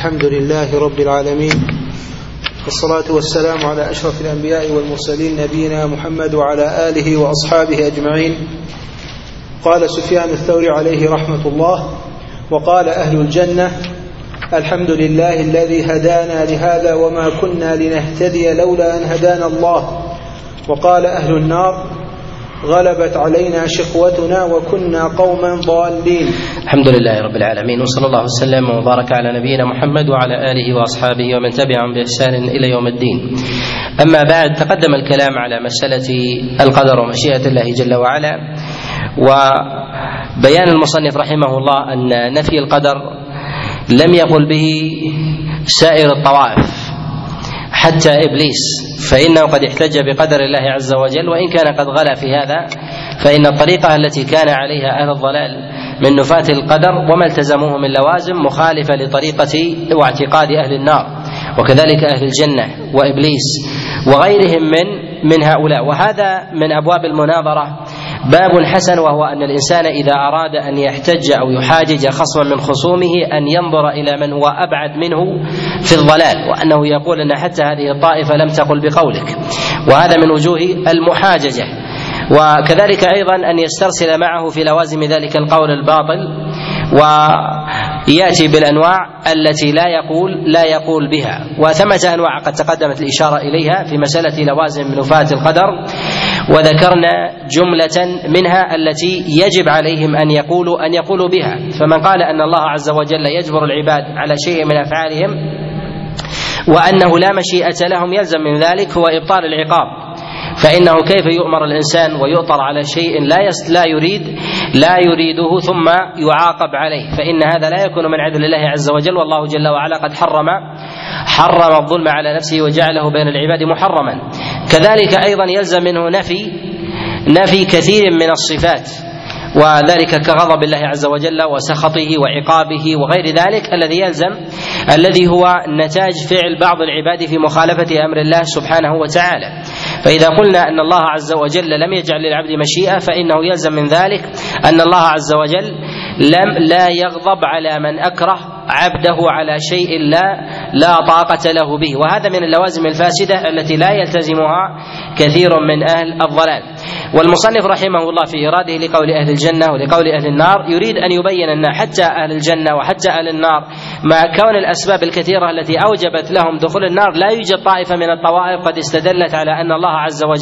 الحمد لله رب العالمين، والصلاة والسلام على أشرف الأنبياء والمرسلين نبينا محمد وعلى آله وأصحابه أجمعين. قال سفيان الثوري عليه رحمة الله: وقال أهل الجنة: الحمد لله الذي هدانا لهذا وما كنا لنهتدي لولا أن هدانا الله. وقال أهل النار: غلبت علينا شقوتنا وكنا قوما ضالين. الحمد لله رب العالمين، وصلى الله وسلم وبارك على نبينا محمد وعلى آله وأصحابه ومن تبعهم بإحسان إلى يوم الدين. أما بعد، تقدم الكلام على مسألة القدر ومشيئة الله جل وعلا، وبيان المصنف رحمه الله أن نفي القدر لم يقل به سائر الطوائف حتى إبليس، فإنه قد احتج بقدر الله عز وجل، وإن كان قد غلا في هذا، فإن الطريقة التي كان عليها أهل الضلال من نفاة القدر وما التزموه من لوازم مخالفة لطريقة واعتقاد أهل النار، وكذلك أهل الجنة وإبليس وغيرهم من هؤلاء. وهذا من أبواب المناظرة باب حسن، وهو أن الإنسان إذا أراد أن يحتج أو يحاجج خصما من خصومه أن ينظر إلى من هو أبعد منه في الضلال، وأنه يقول أن حتى هذه الطائفة لم تقل بقولك، وهذا من وجوه المحاججة. وكذلك أيضا أن يسترسل معه في لوازم ذلك القول الباطل، ويأتي بالأنواع التي لا يقول بها. وثمة أنواع قد تقدمت الإشارة إليها في مسألة لوازم نفاة القدر، وذكرنا جملة منها التي يجب عليهم أن يقولوا بها. فمن قال أن الله عز وجل يجبر العباد على شيء من أفعالهم وأنه لا مشيئة لهم، يلزم من ذلك هو إبطال العقاب، فإنه كيف يؤمر الإنسان ويؤطر على شيء لا يريده ثم يعاقب عليه؟ فإن هذا لا يكون من عدل الله عز وجل، والله جل وعلا قد حرم الظلم على نفسه وجعله بين العباد محرما. كذلك أيضا يلزم منه نفي كثير من الصفات، وذلك كغضب الله عز وجل وسخطه وعقابه وغير ذلك الذي هو نتاج فعل بعض العباد في مخالفة أمر الله سبحانه وتعالى. فإذا قلنا أن الله عز وجل لم يجعل للعبد مشيئة، فإنه يلزم من ذلك أن الله عز وجل لا يغضب على من أكره عبده على شيء لا طاقة له به، وهذا من اللوازم الفاسدة التي لا يلتزمها كثير من أهل الضلال. والمصنف رحمه الله في إراده لقول أهل الجنة ولقول أهل النار يريد أن يبين أن حتى أهل الجنة وحتى أهل النار مع كون الأسباب الكثيرة التي أوجبت لهم دخول النار، لا يوجد طائفة من الطوائف قد استدلت على أن الله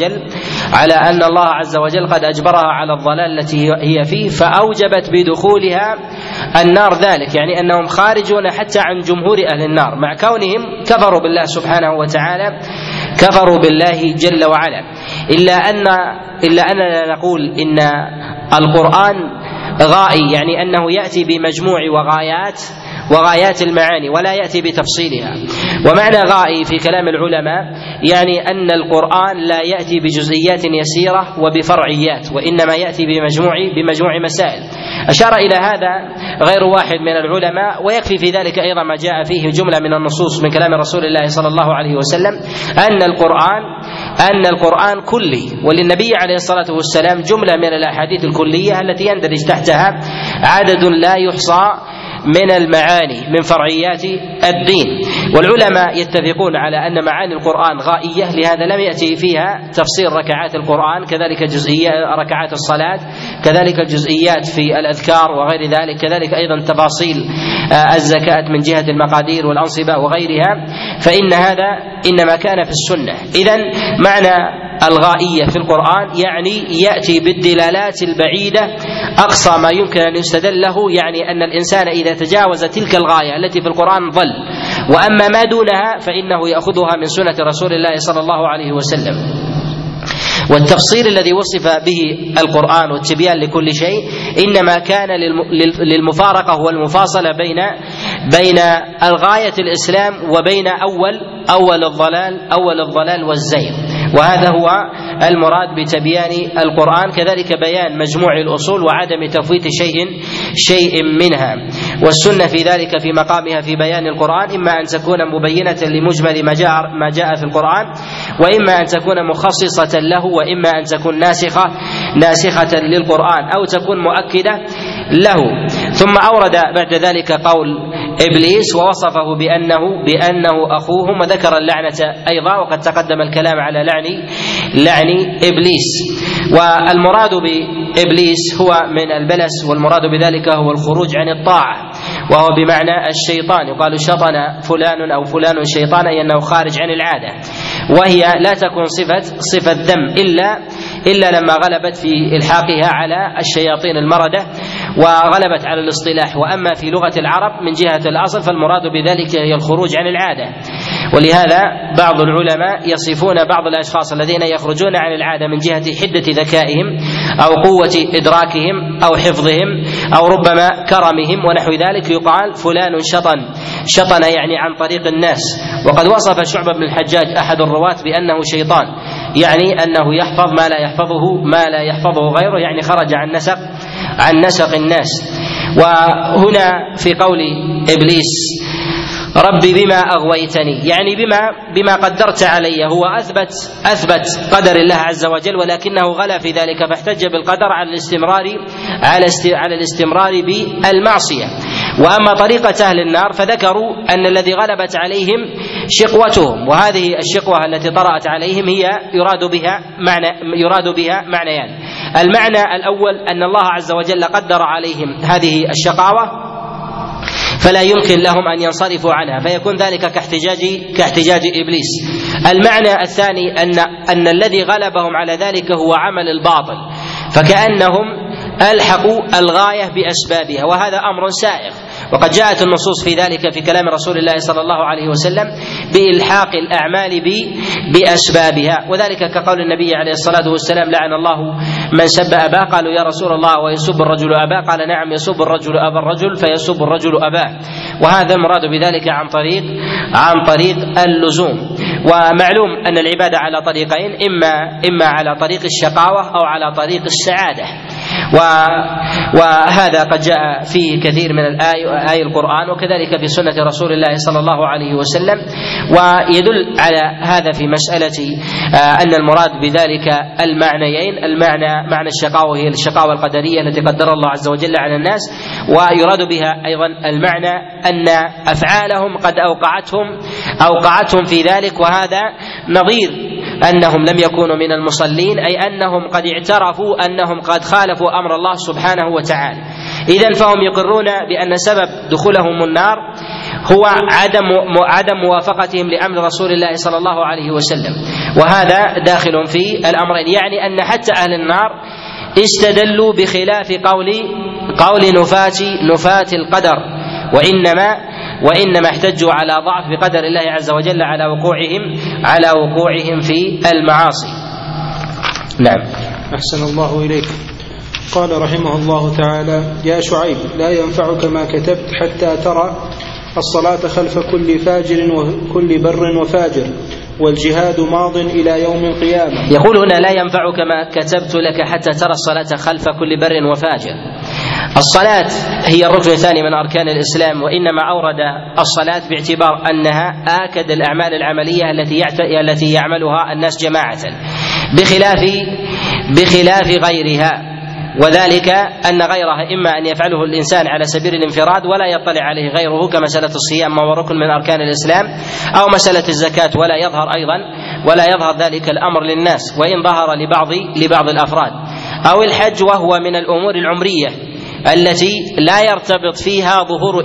عز وجل قد أجبرها على الضلال التي هي فيه فأوجبت بدخولها النار، ذلك يعني أنهم خارجون حتى عن جمهور أهل النار، مع كونهم كفروا بالله سبحانه وتعالى، كفروا بالله جل وعلا. إلا أننا نقول إن القرآن غائي، يعني أنه يأتي بمجموع وغايات المعاني ولا يأتي بتفصيلها. ومعنى غائي في كلام العلماء يعني أن القرآن لا يأتي بجزئيات يسيرة وبفرعيات، وإنما يأتي بمجموع مسائل. أشار إلى هذا غير واحد من العلماء، ويكفي في ذلك أيضا ما جاء فيه جملة من النصوص من كلام رسول الله صلى الله عليه وسلم أن القرآن كلي، وللنبي عليه الصلاة والسلام جملة من الأحاديث الكلية التي يندرج تحتها عدد لا يحصى من المعاني من فرعيات الدين. والعلماء يتفقون على أن معاني القرآن غائية، لهذا لم يأتي فيها تفسير ركعات القرآن، كذلك جزئيات ركعات الصلاة، كذلك الجزئيات في الأذكار وغير ذلك، كذلك أيضا تفاصيل الزكاة من جهة المقادير والأنصبة وغيرها، فإن هذا إنما كان في السنة. إذن معنى الغائية في القرآن يعني يأتي بالدلالات البعيدة أقصى ما يمكن أن يستدل له، يعني أن الإنسان إذا تجاوز تلك الغاية التي في القرآن ضل، وأما ما دونها فإنه يأخذها من سنة رسول الله صلى الله عليه وسلم. والتفصيل الذي وصف به القرآن والتبيان لكل شيء إنما كان للمفارقة والمفاصلة بين الغاية الإسلام وبين أول الضلال والزيغ، وهذا هو المراد بتبيان القرآن. كذلك بيان مجموع الأصول وعدم تفويت شيء منها. والسنة في ذلك في مقامها في بيان القرآن إما أن تكون مبينة لمجمل ما جاء في القرآن، وإما أن تكون مخصصة له، وإما أن تكون ناسخة للقرآن، أو تكون مؤكدة له. ثم أورد بعد ذلك قول إبليس ووصفه بأنه أخوهم، وذكر اللعنة أيضا، وقد تقدم الكلام على لعن إبليس. والمراد بإبليس هو من البلس، والمراد بذلك هو الخروج عن الطاعة، وهو بمعنى الشيطان. يقال شطن فلان أو فلان شيطان، أي أنه خارج عن العادة، وهي لا تكون صفة ذم إلا لما غلبت في إلحاقها على الشياطين المردة وغلبت على الاصطلاح. وأما في لغة العرب من جهة الأصل فالمراد بذلك هي الخروج عن العادة. ولهذا بعض العلماء يصفون بعض الأشخاص الذين يخرجون عن العادة من جهة حدة ذكائهم أو قوة إدراكهم أو حفظهم أو ربما كرمهم ونحو ذلك، يقال فلان شطن يعني عن طريق الناس. وقد وصف شعبة بن الحجاج أحد الرواة بأنه شيطان، يعني أنه يحفظ ما لا يحفظه غيره، يعني خرج عن نسق الناس. وهنا في قول إبليس ربي بما أغويتني، يعني بما قدرت علي، هو أثبت قدر الله عز وجل، ولكنه غلا في ذلك فاحتج بالقدر على الاستمرار بالمعصية. وأما طريقة أهل النار فذكروا أن الذي غلبت عليهم شقوتهم، وهذه الشقوة التي طرأت عليهم هي يراد بها معنيان. المعنى الأول أن الله عز وجل قدر عليهم هذه الشقاوة فلا يمكن لهم أن ينصرفوا عنها، فيكون ذلك كاحتجاج إبليس. المعنى الثاني أن الذي غلبهم على ذلك هو عمل الباطل، فكأنهم ألحقوا الغاية بأسبابها، وهذا أمر سائغ، وقد جاءت النصوص في ذلك في كلام رسول الله صلى الله عليه وسلم بإلحاق الأعمال بأسبابها، وذلك كقول النبي عليه الصلاة والسلام لعن الله من سب أباه، قالوا يا رسول الله ويسب الرجل أباه؟ قال نعم، يسب الرجل أبا الرجل فيسب الرجل أباه. وهذا المراد بذلك عن طريق اللزوم. ومعلوم أن العبادة على طريقين، إما على طريق الشقاوة أو على طريق السعادة، وهذا قد جاء فيه كثير من آي القرآن، وكذلك في سنة رسول الله صلى الله عليه وسلم. ويدل على هذا في مسألة أن المراد بذلك المعنيين، معنى الشقاوة هي الشقاوة القدرية التي قدر الله عز وجل على الناس، ويراد بها أيضا المعنى أن أفعالهم قد أوقعتهم في ذلك، وهذا نظير أنهم لم يكونوا من المصلين، أي أنهم قد اعترفوا أنهم قد خالفوا أمر الله سبحانه وتعالى. إذن فهم يقرون بأن سبب دخولهم النار هو عدم موافقتهم لأمر رسول الله صلى الله عليه وسلم، وهذا داخل في الأمرين، يعني أن حتى أهل النار استدلوا بخلاف قول نفاة القدر، وإنما احتجوا على ضعف بقدر الله عز وجل على وقوعهم في المعاصي. نعم. أحسن الله إليك. قال رحمه الله تعالى: يا شعيب لا ينفعك ما كتبت حتى ترى الصلاة خلف كل فاجر وكل بر وفاجر، والجهاد ماض إلى يوم القيامة. يقول هنا: لا ينفعك ما كتبت لك حتى ترى الصلاة خلف كل بر وفاجر. الصلاة هي الركن الثاني من أركان الإسلام، وإنما أورد الصلاة باعتبار أنها آكد الأعمال العملية التي يعملها الناس جماعة بخلاف غيرها، وذلك أن غيرها إما أن يفعله الإنسان على سبيل الانفراد ولا يطلع عليه غيره، كمسألة الصيام وهو ركن من أركان الإسلام، أو مسألة الزكاة ولا يظهر ذلك الأمر للناس وإن ظهر لبعض الأفراد، أو الحج وهو من الأمور العمرية التي لا يرتبط فيها ظهور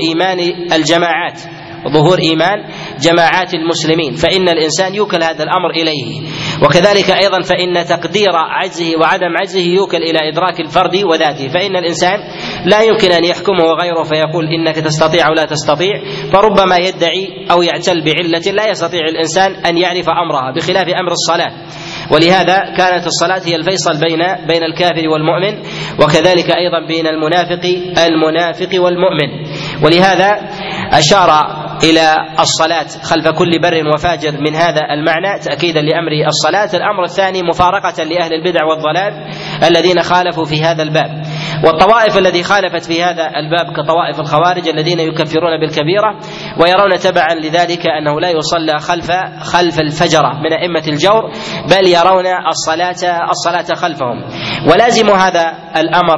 إيمان جماعات المسلمين، فإن الإنسان يوكل هذا الأمر إليه. وكذلك أيضا فإن تقدير عجزه وعدم عجزه يوكل إلى إدراك الفرد وذاته، فإن الإنسان لا يمكن أن يحكمه غيره فيقول إنك تستطيع أو لا تستطيع، فربما يدعي أو يعتل بعلة لا يستطيع الإنسان أن يعرف أمرها، بخلاف أمر الصلاة. ولهذا كانت الصلاة هي الفيصل بين الكافر والمؤمن، وكذلك أيضا بين المنافق والمؤمن. ولهذا أشار إلى الصلاة خلف كل بر وفاجر من هذا المعنى تأكيدا لأمر الصلاة. الأمر الثاني مفارقة لأهل البدع والضلال الذين خالفوا في هذا الباب، والطوائف التي خالفت في هذا الباب كطوائف الخوارج الذين يكفرون بالكبيرة ويرون تبعا لذلك أنه لا يصلى خلف الفجرة من أئمة الجور، بل يرون الصلاة خلفهم. ولازم هذا الأمر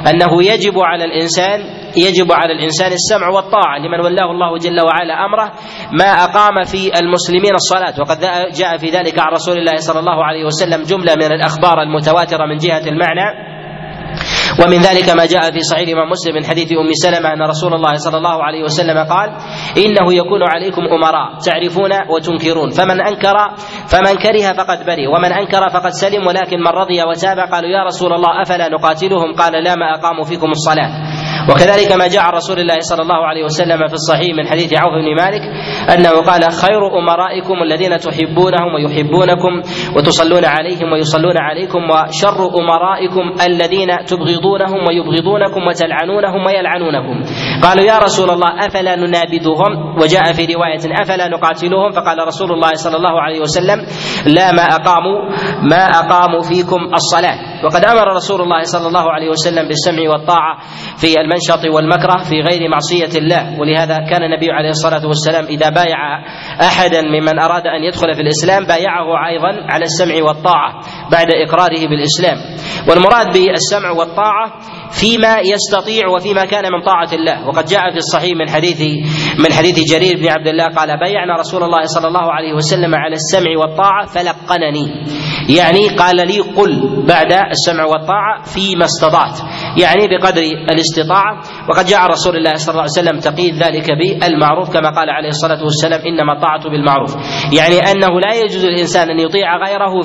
أنه يجب على الإنسان السمع والطاعة لمن ولاه الله جل وعلا أمره ما أقام في المسلمين الصلاة. وقد جاء في ذلك عن رسول الله صلى الله عليه وسلم جملة من الأخبار المتواترة من جهة المعنى، ومن ذلك ما جاء في صحيح الإمام مسلم من حديث أم سلمة أن رسول الله صلى الله عليه وسلم قال: إنه يكون عليكم أمراء تعرفون وتنكرون، فمن كره فقد برئ، ومن أنكر فقد سلم، ولكن من رضي وتاب. قالوا: يا رسول الله أفلا نقاتلهم؟ قال: لا، ما أقاموا فيكم الصلاة. وكذلك ما جاء عن رسول الله صلى الله عليه وسلم في الصحيح من حديث عوف بن مالك أنه قال: خير أمرائكم الذين تحبونهم ويحبونكم وتصلون عليهم ويصلون عليكم، وشر أمرائكم الذين تبغضونهم ويبغضونكم وتلعنونهم ويلعنونكم. قالوا: يا رسول الله أفلا ننابذهم؟ وجاء في رواية: أفلا نقاتلهم؟ فقال رسول الله صلى الله عليه وسلم: لا، ما أقاموا فيكم الصلاة. وقد أمر رسول الله صلى الله عليه وسلم بالسمع والطاعة في المنشط والمكره في غير معصية الله، ولهذا كان النبي عليه الصلاة والسلام إذا بايع أحدا ممن أراد أن يدخل في الإسلام بايعه أيضا على السمع والطاعة بعد إقراره بالإسلام. والمراد بالسمع والطاعة فيما يستطيع وفيما كان من طاعة الله. وقد جاء في الصحيح من حديث جرير بن عبد الله قال: بايعنا رسول الله صلى الله عليه وسلم على السمع والطاعة فلقنني، يعني قال لي قل بعد السمع والطاعة فيما استطعت، يعني بقدر الاستطاعة. وقد جاء رسول الله صلى الله عليه وسلم تقييد ذلك بالمعروف كما قال عليه الصلاة والسلام: إنما الطاعة بالمعروف، يعني أنه لا يجوز للإنسان أن يطيع غيره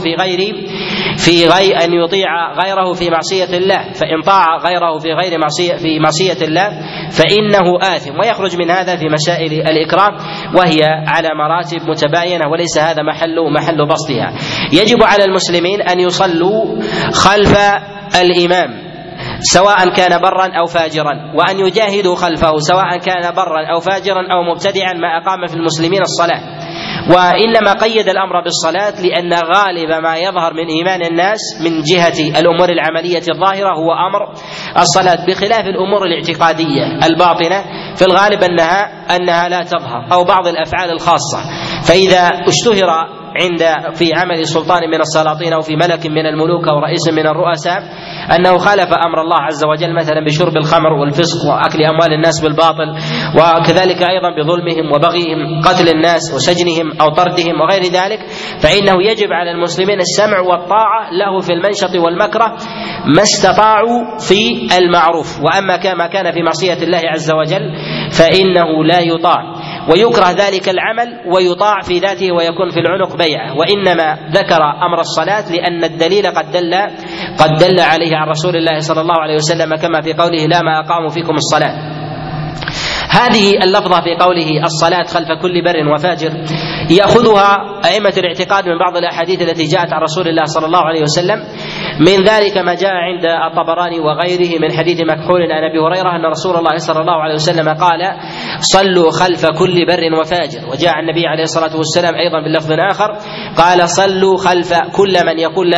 أن يطيع غيره في معصية الله، فإن طاع غيره في معصية الله فإنه آثم. ويخرج من هذا في مسائل الإكرام، وهي على مراتب متباينة وليس هذا محل بسطها. يجب على المسلمين أن يصلوا خلف الإمام سواء كان برا أو فاجرا، وأن يجاهدوا خلفه سواء كان برا أو فاجرا أو مبتدعا ما أقام في المسلمين الصلاة. وإنما قيد الأمر بالصلاة لأن غالب ما يظهر من إيمان الناس من جهة الأمور العملية الظاهرة هو أمر الصلاة، بخلاف الأمور الاعتقادية الباطنة في الغالب أنها لا تظهر، أو بعض الأفعال الخاصة. فإذا اشتهر في عمل سلطان من السلاطين أو في ملك من الملوك أو رئيس من الرؤساء أنه خالف أمر الله عز وجل، مثلا بشرب الخمر والفسق وأكل أموال الناس بالباطل، وكذلك أيضا بظلمهم وبغيهم، قتل الناس وسجنهم أو طردهم وغير ذلك، فإنه يجب على المسلمين السمع والطاعة له في المنشط والمكره ما استطاعوا في المعروف. وأما ما كان في معصية الله عز وجل فإنه لا يطاع، ويكره ذلك العمل ويطاع في ذاته ويكون في العنق بيعه. وإنما ذكر أمر الصلاة لأن الدليل قد دل عليه عن رسول الله صلى الله عليه وسلم كما في قوله: لا، ما أقاموا فيكم الصلاة. هذه اللفظة في قوله الصلاة خلف كل بر وفاجر يأخذها أئمة الاعتقاد من بعض الأحاديث التي جاءت عن رسول الله صلى الله عليه وسلم، من ذلك ما جاء عند الطبراني وغيره من حديث مكحول عن أبي هريرة أن رسول الله صلى الله عليه وسلم قال: صلوا خلف كل بر وفاجر. وجاء النبي عليه الصلاة والسلام أيضا باللفظ آخر قال: صلوا خلف كل من يقول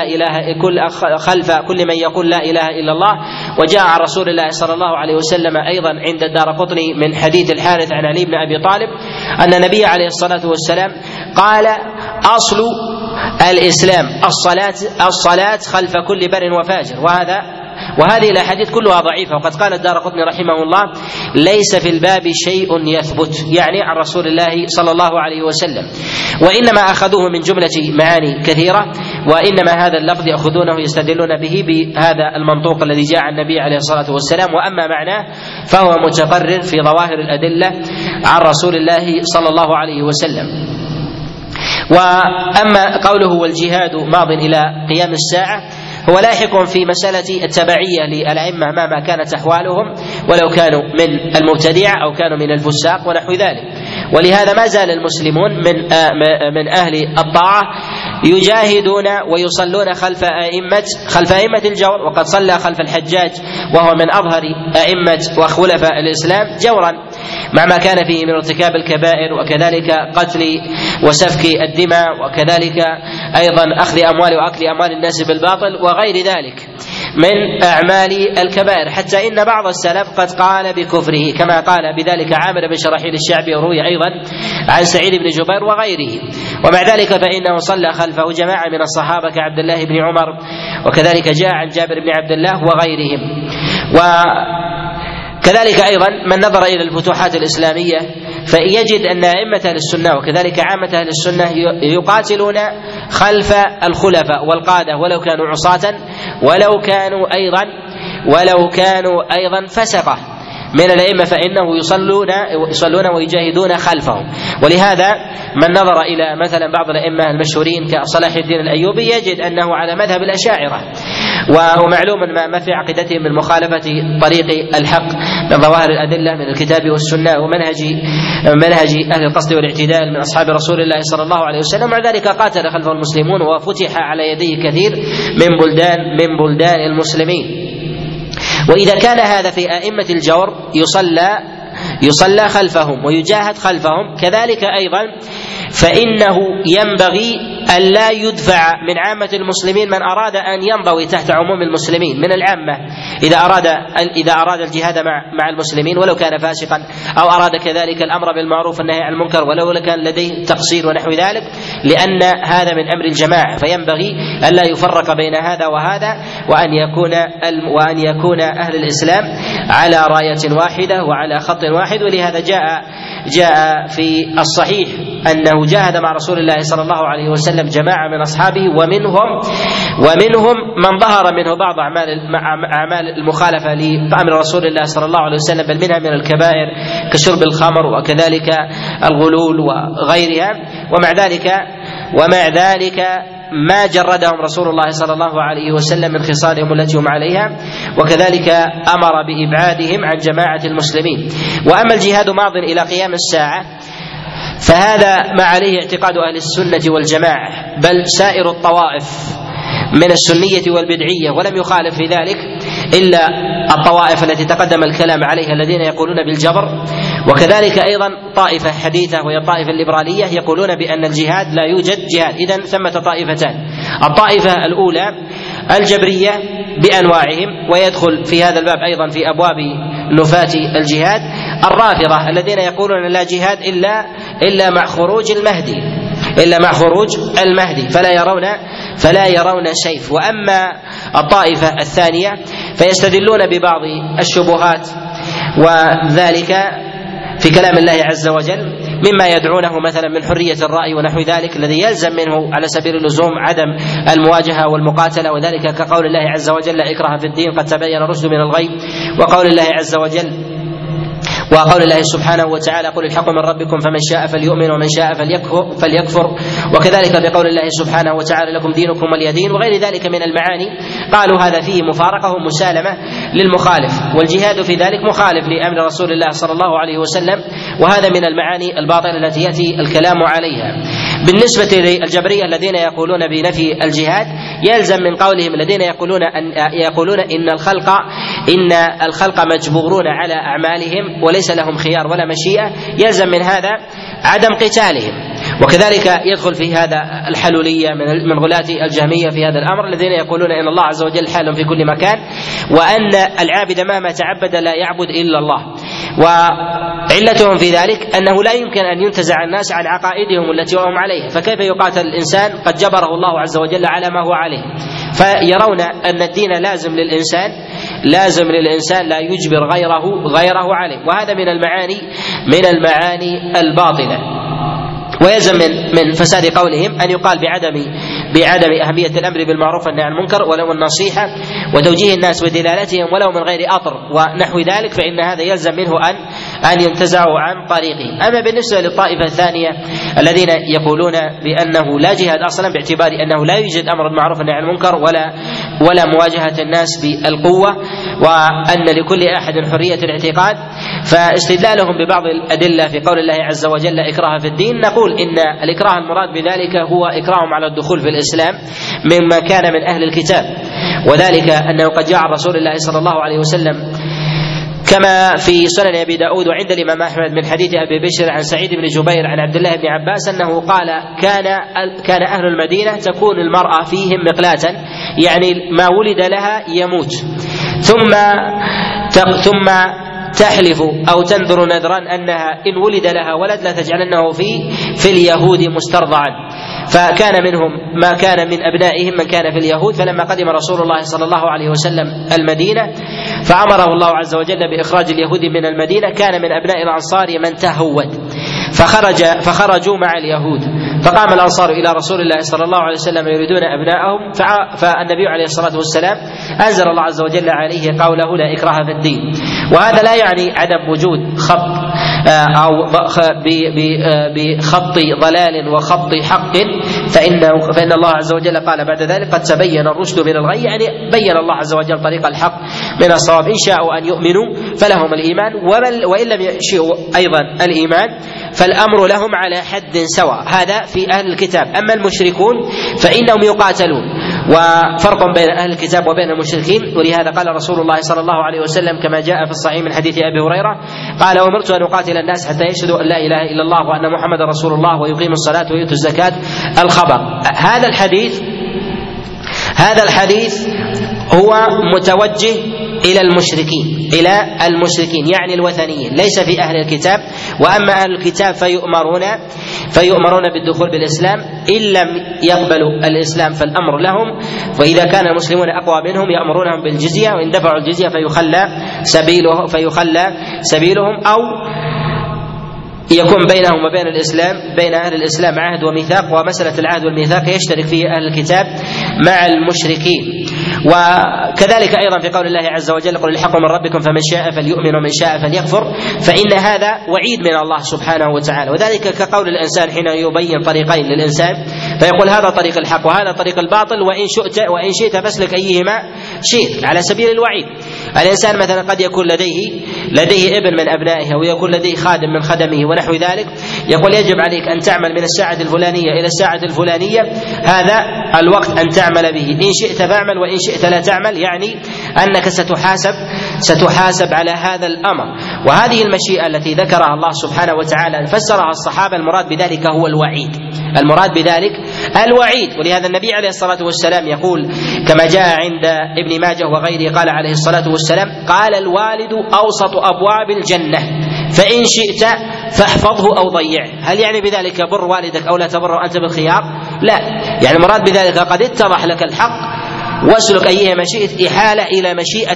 لا إله إلا الله. وجاء عن رسول الله صلى الله عليه وسلم أيضا عند الدارقطني من حديث الحارث عن علي بن أبي طالب أن النبي عليه الصلاة والسلام قال: أصل الإسلام الصلاة خلف كل بر وفاجر. وهذه الأحاديث كلها ضعيفة. وقد قال الدارقطني رحمه الله: ليس في الباب شيء يثبت، يعني عن رسول الله صلى الله عليه وسلم، وإنما أخذوه من جملة معاني كثيرة، وإنما هذا اللفظ يأخذونه يستدلون به بهذا المنطوق الذي جاء عن النبي عليه الصلاة والسلام، وأما معناه فهو متقرر في ظواهر الأدلة عن رسول الله صلى الله عليه وسلم. وأما قوله والجهاد ماض إلى قيام الساعة هو لاحق في مسألة التبعية للأئمة مهما كانت أحوالهم، ولو كانوا من المبتدعة أو كانوا من الفساق ونحو ذلك. ولهذا ما زال المسلمون من أهل الطاعة يجاهدون ويصلون خلف أئمة الجور. وقد صلى خلف الحجاج وهو من أظهر أئمة وخلفاء الإسلام جورا مع ما كان فيه من ارتكاب الكبائر، وكذلك قتل وسفك الدماء، وكذلك أيضا أخذ أموال وأكل أموال الناس بالباطل وغير ذلك من أعمال الكبائر، حتى إن بعض السلف قد قال بكفره كما قال بذلك عامر بن شرحيل الشعبي، وروي أيضا عن سعيد بن جبير وغيره. ومع ذلك فإنه صلى خلفه جماعة من الصحابة كعبد الله بن عمر، وكذلك جاء عن جابر بن عبد الله وغيرهم. وكذلك أيضا من نظر إلى الفتوحات الإسلامية فيجد أن أئمة أهل السنة وكذلك عامة أهل السنة يقاتلون خلف الخلفاء والقادة ولو كانوا عصاة ولو كانوا أيضا فسقة من الأئمة، فإنه يصلون ويجاهدون خلفهم. ولهذا من نظر إلى مثلا بعض الأئمة المشهورين كصلاح الدين الأيوبي يجد أنه على مذهب الأشاعرة، ومعلوم ما في عقيدتهم من مخالفة طريق الحق من ظواهر الأدلة من الكتاب والسنة ومنهج أهل القصد والاعتدال من أصحاب رسول الله صلى الله عليه وسلم. مع ذلك قاتل خلفه المسلمون وفتح على يديه كثير من بلدان المسلمين. وإذا كان هذا في أئمة الجور يصلى خلفهم ويجاهد خلفهم، كذلك أيضا فإنه ينبغي أن لا يدفع من عامة المسلمين من أراد أن ينضوي تحت عموم المسلمين من العامة إذا أراد الجهاد مع المسلمين ولو كان فاسقا، أو أراد كذلك الأمر بالمعروف والنهي عن المنكر ولو كان لديه تقصير ونحو ذلك، لأن هذا من أمر الجماعة، فينبغي أن لا يفرق بين هذا وهذا، وأن يكون أهل الإسلام على راية واحدة وعلى خط واحد. ولهذا جاء في الصحيح أنه جاهد مع رسول الله صلى الله عليه وسلم جماعة من أصحابه، ومنهم من ظهر منه بعض أعمال المخالفة لأمر رسول الله صلى الله عليه وسلم، بل منها من الكبائر كشرب الخمر وكذلك الغلول وغيرها. ومع ذلك ما جردهم رسول الله صلى الله عليه وسلم من خصالهم التي هم عليها، وكذلك أمر بإبعادهم عن جماعة المسلمين. وأما الجهاد ماض إلى قيام الساعة فهذا ما عليه اعتقاد أهل السنة والجماعة، بل سائر الطوائف من السنية والبدعية، ولم يخالف في ذلك إلا الطوائف التي تقدم الكلام عليها الذين يقولون بالجبر، وكذلك أيضا طائفة حديثة وهي الطائفة الليبرالية يقولون بأن الجهاد لا يوجد جهاد. إذن ثمة طائفتان: الطائفة الأولى الجبرية بأنواعهم، ويدخل في هذا الباب أيضا في أبواب نفاة الجهاد الرافضة الذين يقولون لا جهاد إلا مع خروج المهدي فلا يرون سيف. وأما الطائفة الثانية فيستدلون ببعض الشبهات وذلك في كلام الله عز وجل مما يدعونه مثلا من حرية الرأي ونحو ذلك، الذي يلزم منه على سبيل اللزوم عدم المواجهة والمقاتلة، وذلك كقول الله عز وجل: لا إكراه في الدين قد تبين الرشد من الغي، وقول الله سبحانه وتعالى: قل الحق من ربكم فمن شاء فليؤمن ومن شاء فليكفر، وكذلك بقول الله سبحانه وتعالى: لكم دينكم ولي دين، وغير ذلك من المعاني. قالوا هذا فيه مفارقة ومسالمة للمخالف، والجهاد في ذلك مخالف لأمر رسول الله صلى الله عليه وسلم، وهذا من المعاني الباطلة التي يأتي الكلام عليها. بالنسبة للجبرية الذين يقولون بنفي الجهاد يلزم من قولهم الذين يقولون إن الخلق مجبورون على أعمالهم وليس لهم خيار ولا مشيئة، يلزم من هذا عدم قتالهم. وكذلك يدخل في هذا الحلولية من غلاة الجهمية في هذا الأمر الذين يقولون إن الله عز وجل حال في كل مكان، وأن العابد مهما تعبد لا يعبد إلا الله. وعلتهم في ذلك أنه لا يمكن أن ينتزع الناس عن عقائدهم التي هم عليها، فكيف يقاتل الإنسان قد جبره الله عز وجل على ما هو عليه؟ فيرون أن الدين لازم للإنسان لا يجبر غيره عليه، وهذا من المعاني الباطلة. ويلزم من فساد قولهم أن يقال بعدم أهمية الأمر بالمعروف والنهي عن المنكر ولو النصيحة وتوجيه الناس ودلالتهم ولو من غير أطر ونحو ذلك، فإن هذا يلزم منه أن ينتزعوا عن طريقه. أما بالنسبة للطائفة الثانية الذين يقولون بأنه لا جهاد أصلا باعتبار أنه لا يوجد أمر بالمعروف والنهي عن المنكر ولا مواجهة الناس بالقوة، وأن لكل أحد حرية الاعتقاد، فاستدلالهم ببعض الأدلة في قول الله عز وجل: إكراه في الدين، نقول إن الإكراه المراد بذلك هو إكراههم على الدخول في الإسلام مما كان من أهل الكتاب، وذلك أنه قد جاء عن رسول الله صلى الله عليه وسلم كما في سنن أبي داود وعند الإمام أحمد من حديث أبي بشر عن سعيد بن جبير عن عبد الله بن عباس أنه قال: كان أهل المدينة تكون المرأة فيهم مقلاة، يعني ما ولد لها يموت، ثم تحلف أو تنذر نذرا أنها إن ولد لها ولد لا تجعلنه في اليهود مسترضعا. فكان منهم ما كان من أبنائهم من كان في اليهود، فلما قدم رسول الله صلى الله عليه وسلم المدينة فأمره الله عز وجل بإخراج اليهود من المدينة، كان من أبناء الأنصار من تهود فخرجوا مع اليهود، فقام الأنصار إلى رسول الله صلى الله عليه وسلم يريدون أبناءهم، فالنبي عليه الصلاة والسلام أنزل الله عز وجل عليه قوله لا إكراه في الدين. وهذا لا يعني عدم وجود خط أو بخط ضلال وخط حق، فإن الله عز وجل قال بعد ذلك قد تبين الرشد من الغي، يعني بين الله عز وجل طريق الحق من الصواب. إن شاءوا أن يؤمنوا فلهم الإيمان، وإن لم يشاءوا أيضا الإيمان فالأمر لهم على حد سواء. هذا في أهل الكتاب. أما المشركون فإنهم يقاتلون، وفرق بين أهل الكتاب وبين المشركين. ولهذا قال رسول الله صلى الله عليه وسلم كما جاء في الصحيح من حديث أبي هريرة قال أمرت أن أقاتل الناس حتى يشهدوا أن لا إله إلا الله وأن محمد رسول الله ويقيموا الصلاة ويؤتوا الزكاة. الخبر هذا الحديث هو متوجه إلى المشركين يعني الوثنيين، ليس في أهل الكتاب. وأما أهل الكتاب فيؤمرون بالدخول بالإسلام، إن لم يقبلوا الإسلام فالأمر لهم، وإذا كان المسلمون أقوى منهم يأمرونهم بالجزية، وإن دفعوا الجزية فيخلى سبيلهم، أو يكون بينهم وبين بين أهل الإسلام عهد وميثاق، ومسألة العهد والميثاق يشترك فيه أهل الكتاب مع المشركين. وكذلك أيضا في قول الله عز وجل قل الحق من ربكم فمن شاء فليؤمن ومن شاء فليكفر، فإن هذا وعيد من الله سبحانه وتعالى. وذلك كقول الإنسان حين يبين طريقين للإنسان فيقول هذا طريق الحق وهذا طريق الباطل، وإن شئت فاسلك أيهما شئت، على سبيل الوعيد. الإنسان مثلا قد يكون لديه ابن من أبنائه، أو يكون لديه خادم من خدمه ونحو ذلك، يقول يجب عليك أن تعمل من الساعة الفلانية إلى الساعة الفلانية، هذا الوقت أن تعمل به، إن شئت فاعمل وإن شئت لا تعمل، يعني أنك ستحاسب على هذا الأمر. وهذه المشيئة التي ذكرها الله سبحانه وتعالى فسرها الصحابة، المراد بذلك هو الوعيد. ولهذا النبي عليه الصلاة والسلام يقول كما جاء عند ابن ماجه وغيره قال عليه الصلاة والسلام قال الوالد أوسط أبواب الجنة فإن شئت فاحفظه أو ضيعه. هل يعني بذلك بر والدك أو لا تبر وأنت بالخيار؟ لا، يعني المراد بذلك قد اتضح لك الحق واسلك أيهما شئت، إحالة إلى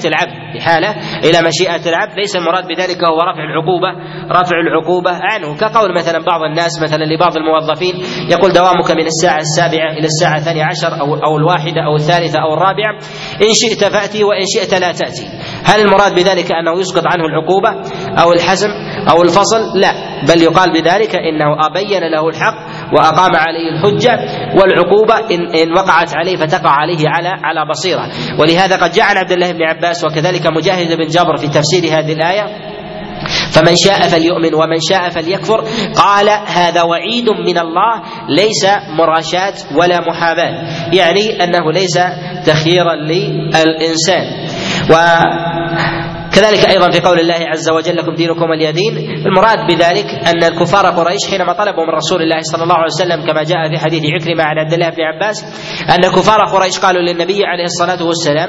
مشيئة العبد، ليس المراد بذلك هو رفع العقوبة عنه. كقول مثلا بعض الناس مثلا لبعض الموظفين يقول دوامك من الساعة 7 إلى الساعة 12 أو 1 أو 3 أو 4، إن شئت فأتي وإن شئت لا تأتي. هل المراد بذلك أنه يسقط عنه العقوبة أو الحزم أو الفصل؟ لا، بل يقال بذلك إنه أبين له الحق وأقام عليه الحجة، والعقوبة إن وقعت عليه فتقع عليه على بصيرة. ولهذا قد جاء عن عبد الله بن عباس وكذلك مجاهد بن جبر في تفسير هذه الآية فمن شاء فليؤمن ومن شاء فليكفر، قال هذا وعيد من الله ليس مراشاة ولا محاباة، يعني أنه ليس تخييرا للإنسان. وكذلك أيضا في قول الله عز وجل لكم دينكم ولي دين، المراد بذلك أن الكفار قريش حينما طلبوا من رسول الله صلى الله عليه وسلم كما جاء في حديث عكرمة عن عبد الله بن عباس أن كفار قريش قالوا للنبي عليه الصلاة والسلام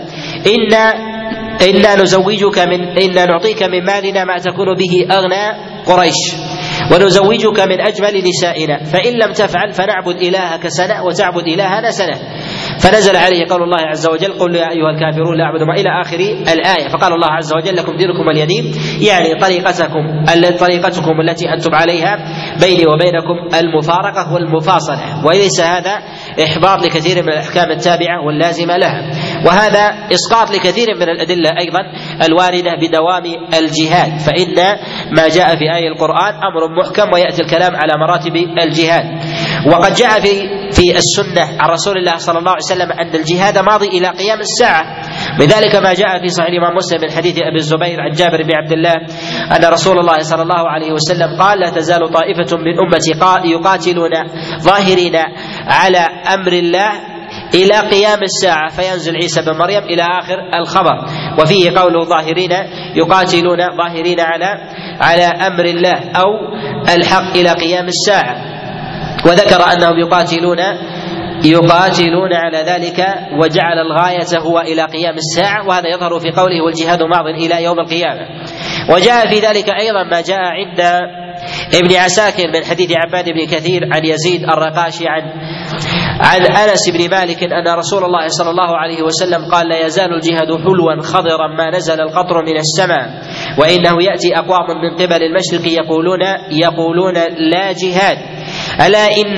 إنا نعطيك من مالنا ما تكون به أغنى قريش ونزوجك من أجمل نسائنا، فإن لم تفعل فنعبد إلهك سنة وتعبد إلهنا سنة. فنزل عليه قول الله عز وجل قل يا أيها الكافرون لا أعبد ما إلى آخر الآية. فقال الله عز وجل لكم دينكم ولي دين، يعني طريقتكم التي أنتم عليها بيني وبينكم المفارقة والمفاصلة، وليس هذا إحباط لكثير من الأحكام التابعة واللازمة لها، وهذا إسقاط لكثير من الأدلة أيضا الواردة بدوام الجهاد. فإن ما جاء في آية القرآن أمر محكم ويأتي الكلام على مراتب الجهاد. وقد جاء في السنة عن رسول الله صلى الله عليه وسلم أن الجهاد ماضي إلى قيام الساعة، بذلك ما جاء في صحيح الإمام مسلم من حديث أبي الزبير عن جابر بن عبد الله أن رسول الله صلى الله عليه وسلم قال لا تزال طائفة من أمتي يقاتلون ظاهرين على أمر الله إلى قيام الساعة فينزل عيسى بن مريم إلى آخر الخبر. وفيه قوله ظاهرين يقاتلون ظاهرين على أمر الله أو الحق إلى قيام الساعة، وذكر أنهم يقاتلون على ذلك وجعل الغاية هو إلى قيام الساعة، وهذا يظهر في قوله والجهاد ماض إلى يوم القيامة. وجاء في ذلك أيضا ما جاء عند ابن عساكر من حديث عباد بن كثير عن يزيد الرقاشي عن أنس بن مالك أن رسول الله صلى الله عليه وسلم قال: لا يزال الجهاد حلوا خضرا ما نزل القطر من السماء، وإنه يأتي أقوام من قبل المشرق يقولون لا جهاد، ألا إن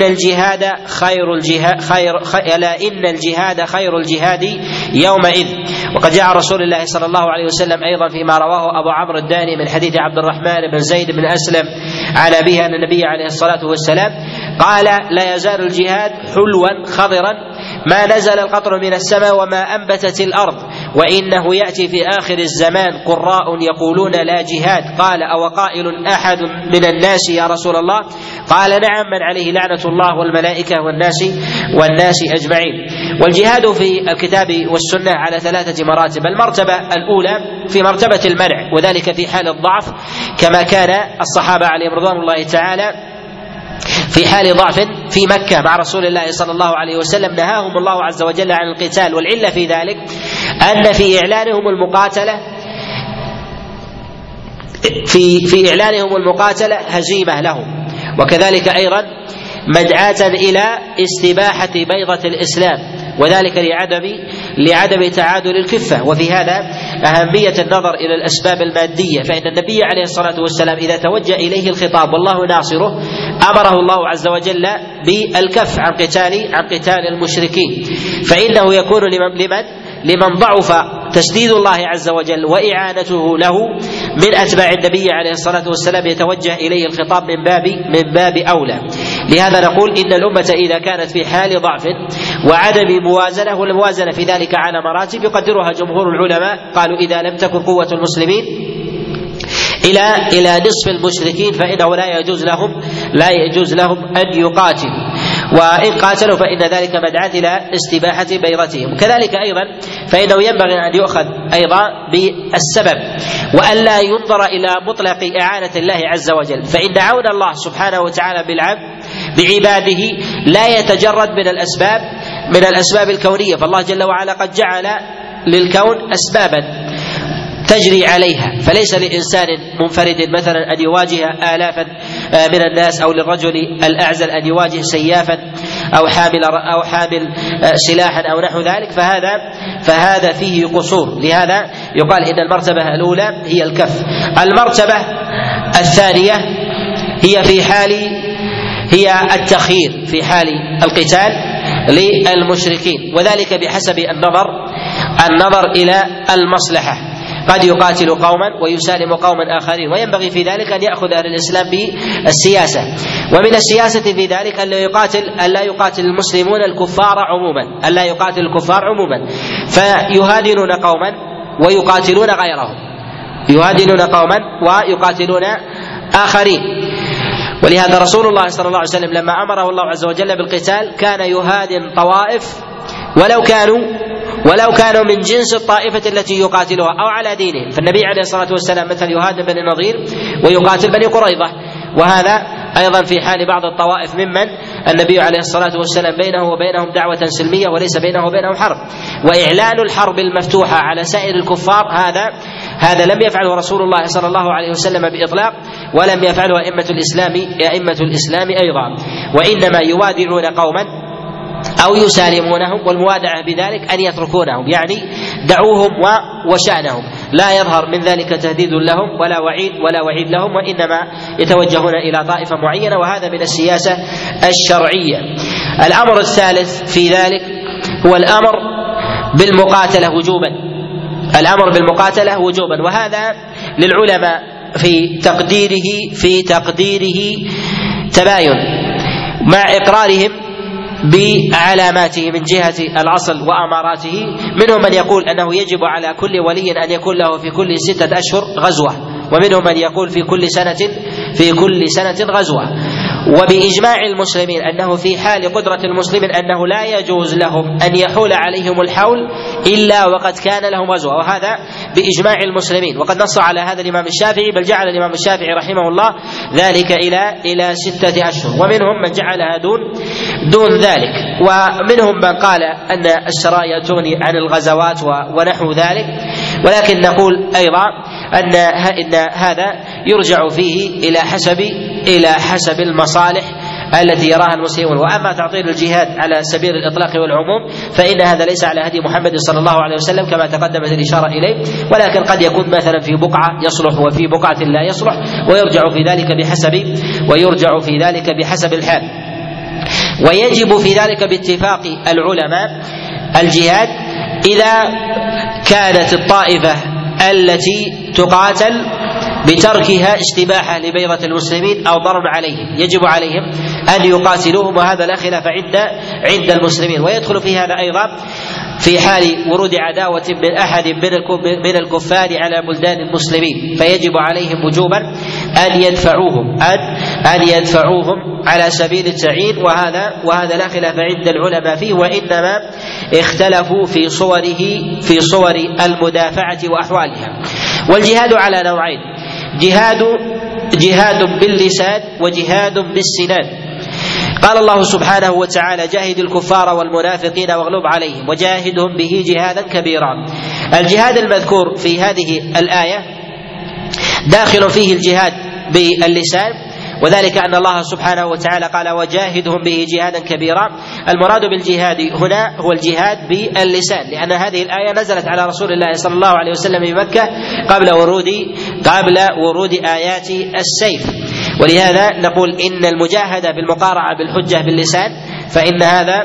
الجهاد خير الجهاد يومئذ. وقد جاء رسول الله صلى الله عليه وسلم أيضا فيما رواه أبو عمرو الداني من حديث عبد الرحمن بن زيد بن أسلم عن أبيه أن النبي عليه الصلاة والسلام قال: لا يزال الجهاد حلوا خضرا ما نزل القطر من السماء وما أنبتت الأرض، وإنه يأتي في آخر الزمان قراء يقولون لا جهاد. قال: أو قائل أحد من الناس يا رسول الله؟ قال: نعم، من عليه لعنة الله والملائكة والناس أجمعين. والجهاد في الكتاب والسنة على 3 مراتب. المرتبة الأولى في مرتبة المنع، وذلك في حال الضعف، كما كان الصحابة عليهم رضوان الله تعالى في حال ضعف في مكة مع رسول الله صلى الله عليه وسلم نهاهم الله عز وجل عن القتال. والعلة في ذلك أن في إعلانهم المقاتلة هزيمة لهم، وكذلك أيضا مدعاة إلى استباحة بيضة الإسلام، وذلك لعدم تعادل الكفة. وفي هذا أهمية النظر إلى الأسباب المادية، فإن النبي عليه الصلاة والسلام إذا توجه إليه الخطاب والله ناصره أمره الله عز وجل بالكف عن قتال المشركين، فإنه يكون لمن ضعف تسديد الله عز وجل وإعانته له من أتباع النبي عليه الصلاة والسلام يتوجه إليه الخطاب من باب أولى. لهذا نقول إن الأمة إذا كانت في حال ضعف وعدم موازنة، والموازنة في ذلك على مراتب يقدرها جمهور العلماء، قالوا إذا لم تكن قوة المسلمين إلى نصف المشركين فإنه لا يجوز لهم أن يقاتلوا، وإن قاتلوا فإن ذلك مدعاة إلى استباحة بيضتهم. كذلك أيضا فإنه ينبغي أن يؤخذ أيضا بالسبب، وألا ينظر إلى مطلق إعانة الله عز وجل، فإن عون الله سبحانه وتعالى بعباده لا يتجرد من الأسباب الكونية، فالله جل وعلا قد جعل للكون أسبابا تجري عليها، فليس لإنسان منفرد مثلا أن يواجه آلافا من الناس، أو للرجل الأعزل أن يواجه سيافا أو حامل سلاحا أو نحو ذلك، فهذا فيه قصور. لهذا يقال إن المرتبة الأولى هي الكف. المرتبة الثانية هي التخيير في حال القتال للمشركين، وذلك بحسب النظر إلى المصلحة. قد يقاتل قوما ويسالم قوما آخرين، وينبغي في ذلك أن يأخذ أهل الإسلام بالسياسة. ومن السياسة في ذلك أن لا يقاتل المسلمون الكفار عموما، فيهادنون قوما ويقاتلون غيرهم، يهادنون قوما ويقاتلون آخرين. ولهذا رسول الله صلى الله عليه وسلم لما أمره الله عز وجل بالقتال كان يهادن طوائف ولو كانوا من جنس الطائفة التي يقاتلها أو على دينهم. فالنبي عليه الصلاة والسلام مثل يهادن بني النضير ويقاتل بني قريظة، وهذا أيضا في حال بعض الطوائف ممن النبي عليه الصلاة والسلام بينه وبينهم دعوة سلمية وليس بينه وبينهم حرب. وإعلان الحرب المفتوحة على سائر الكفار هذا لم يفعله رسول الله صلى الله عليه وسلم بإطلاق، ولم يفعله أئمة الإسلام أيضا، وإنما يوادعون قوما أو يسالمونهم، والموادعة بذلك أن يتركونهم، يعني دعوهم وشأنهم، لا يظهر من ذلك تهديد لهم ولا وعيد لهم، وإنما يتوجهون إلى طائفة معينة، وهذا من السياسة الشرعية. الأمر الثالث في ذلك هو الأمر بالمقاتلة وجوبا، وهذا للعلماء في تقديره تباين مع إقرارهم بعلاماته من جهة الأصل وأماراته. منهم من يقول أنه يجب على كل ولي أن يكون له في كل 6 أشهر غزوة، ومنهم من يقول في كل سنة غزوة. وبإجماع المسلمين أنه في حال قدرة المسلمين أنه لا يجوز لهم أن يحول عليهم الحول إلا وقد كان لهم غزوة، وهذا بإجماع المسلمين. وقد نص على هذا الإمام الشافعي، بل جعل الإمام الشافعي رحمه الله ذلك إلى 6 أشهر، ومنهم من جعلها دون ذلك، ومنهم من قال أن السرايا تغني عن الغزوات ونحو ذلك. ولكن نقول أيضا أن هذا يرجع فيه إلى حسب المصالح التي يراها المسلمون. وأما تعطيل الجهاد على سبيل الإطلاق والعموم فإن هذا ليس على هدي محمد صلى الله عليه وسلم كما تقدمت الإشارة إليه، ولكن قد يكون مثلا في بقعة يصلح وفي بقعة لا يصلح، ويرجع في ذلك بحسب الحال. ويجب في ذلك باتفاق العلماء الجهاد إذا كانت الطائفة التي تقاتل بتركها استباحة لبيضة المسلمين أو ضرر عليهم، يجب عليهم أن يقاتلوهم، وهذا لا خلاف عند المسلمين. ويدخل في هذا أيضا في حال ورود عداوة من أحد من الكفار على بلدان المسلمين، فيجب عليهم وجوبا أن يدفعوهم على سبيل التعيين، وهذا لا خلاف عند العلماء فيه، وإنما اختلفوا في صور المدافعة وأحوالها. والجهاد على نوعين: جهاد باللسان وجهاد بالسنان. قال الله سبحانه وتعالى: جاهد الكفار والمنافقين واغلب عليهم وجاهدهم به جهادا كبيرا. الجهاد المذكور في هذه الآية داخل فيه الجهاد باللسان، وذلك أن الله سبحانه وتعالى قال: وجاهدهم به جهادا كبيرا. المراد بالجهاد هنا هو الجهاد باللسان، لأن هذه الآية نزلت على رسول الله صلى الله عليه وسلم بمكة قبل ورود آيات السيف. ولهذا نقول إن المجاهدة بالمقارعة بالحجة باللسان فإن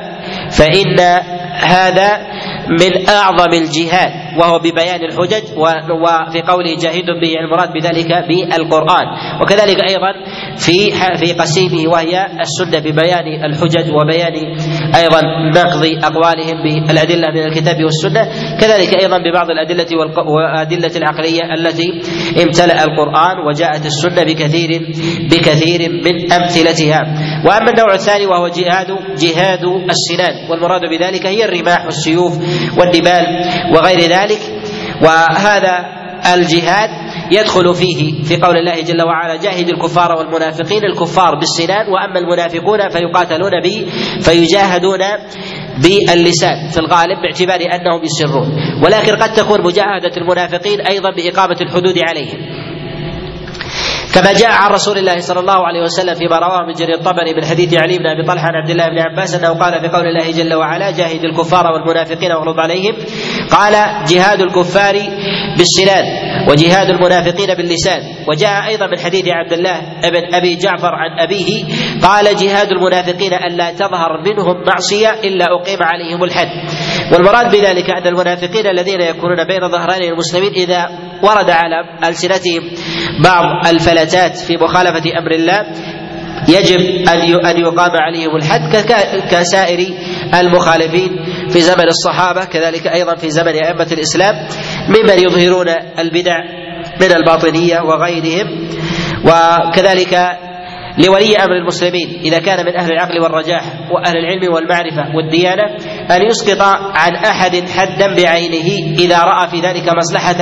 هذا من أعظم الجهاد، وهو ببيان الحجج، وفي قوله جاهد به المراد بذلك بالقرآن، وكذلك أيضا في قسيمه وهي السنة ببيان الحجج وبيان أيضا نقض أقوالهم بالأدلة من الكتاب والسنة، كذلك أيضا ببعض الأدلة العقلية التي امتلأ القرآن وجاءت السنة بكثير من أمثلتها. وأما النوع الثاني وهو جهاد السنان، والمراد بذلك هي الرماح والسيوف والنبال وغير ذلك. وهذا الجهاد يدخل فيه في قول الله جل وعلا: جاهد الكفار والمنافقين، الكفار بالسنان، وأما المنافقون فيقاتلون فيجاهدون باللسان في الغالب باعتبار أنهم يسرون، ولكن قد تكون مجاهدة المنافقين أيضا بإقامة الحدود عليهم، كما جاء عن رسول الله صلى الله عليه وسلم فيما رواه من جرير الطبري من حديث علي بن ابي طلحه عن عبد الله بن عباس انه قال في قول الله جل وعلا: جاهد الكفار والمنافقين واغلظ عليهم، قال: جهاد الكفار بالسنان وجهاد المنافقين باللسان. وجاء ايضا من حديث عبد الله بن ابي جعفر عن ابيه قال: جهاد المنافقين الا تظهر منهم معصيه الا اقيم عليهم الحد. والمراد بذلك ان المنافقين الذين يكونون بين ظهراني المسلمين اذا ورد على ألسنتهم بعض الفلتات في مخالفة أمر الله يجب أن يقام عليهم الحد كسائر المخالفين في زمن الصحابة، كذلك أيضا في زمن أئمة الإسلام ممن يظهرون البدع من الباطنية وغيرهم. وكذلك لولي أمر المسلمين إذا كان من أهل العقل والرجاح وأهل العلم والمعرفة والديانة أن يسقط عن أحد حدا بعينه إذا رأى في ذلك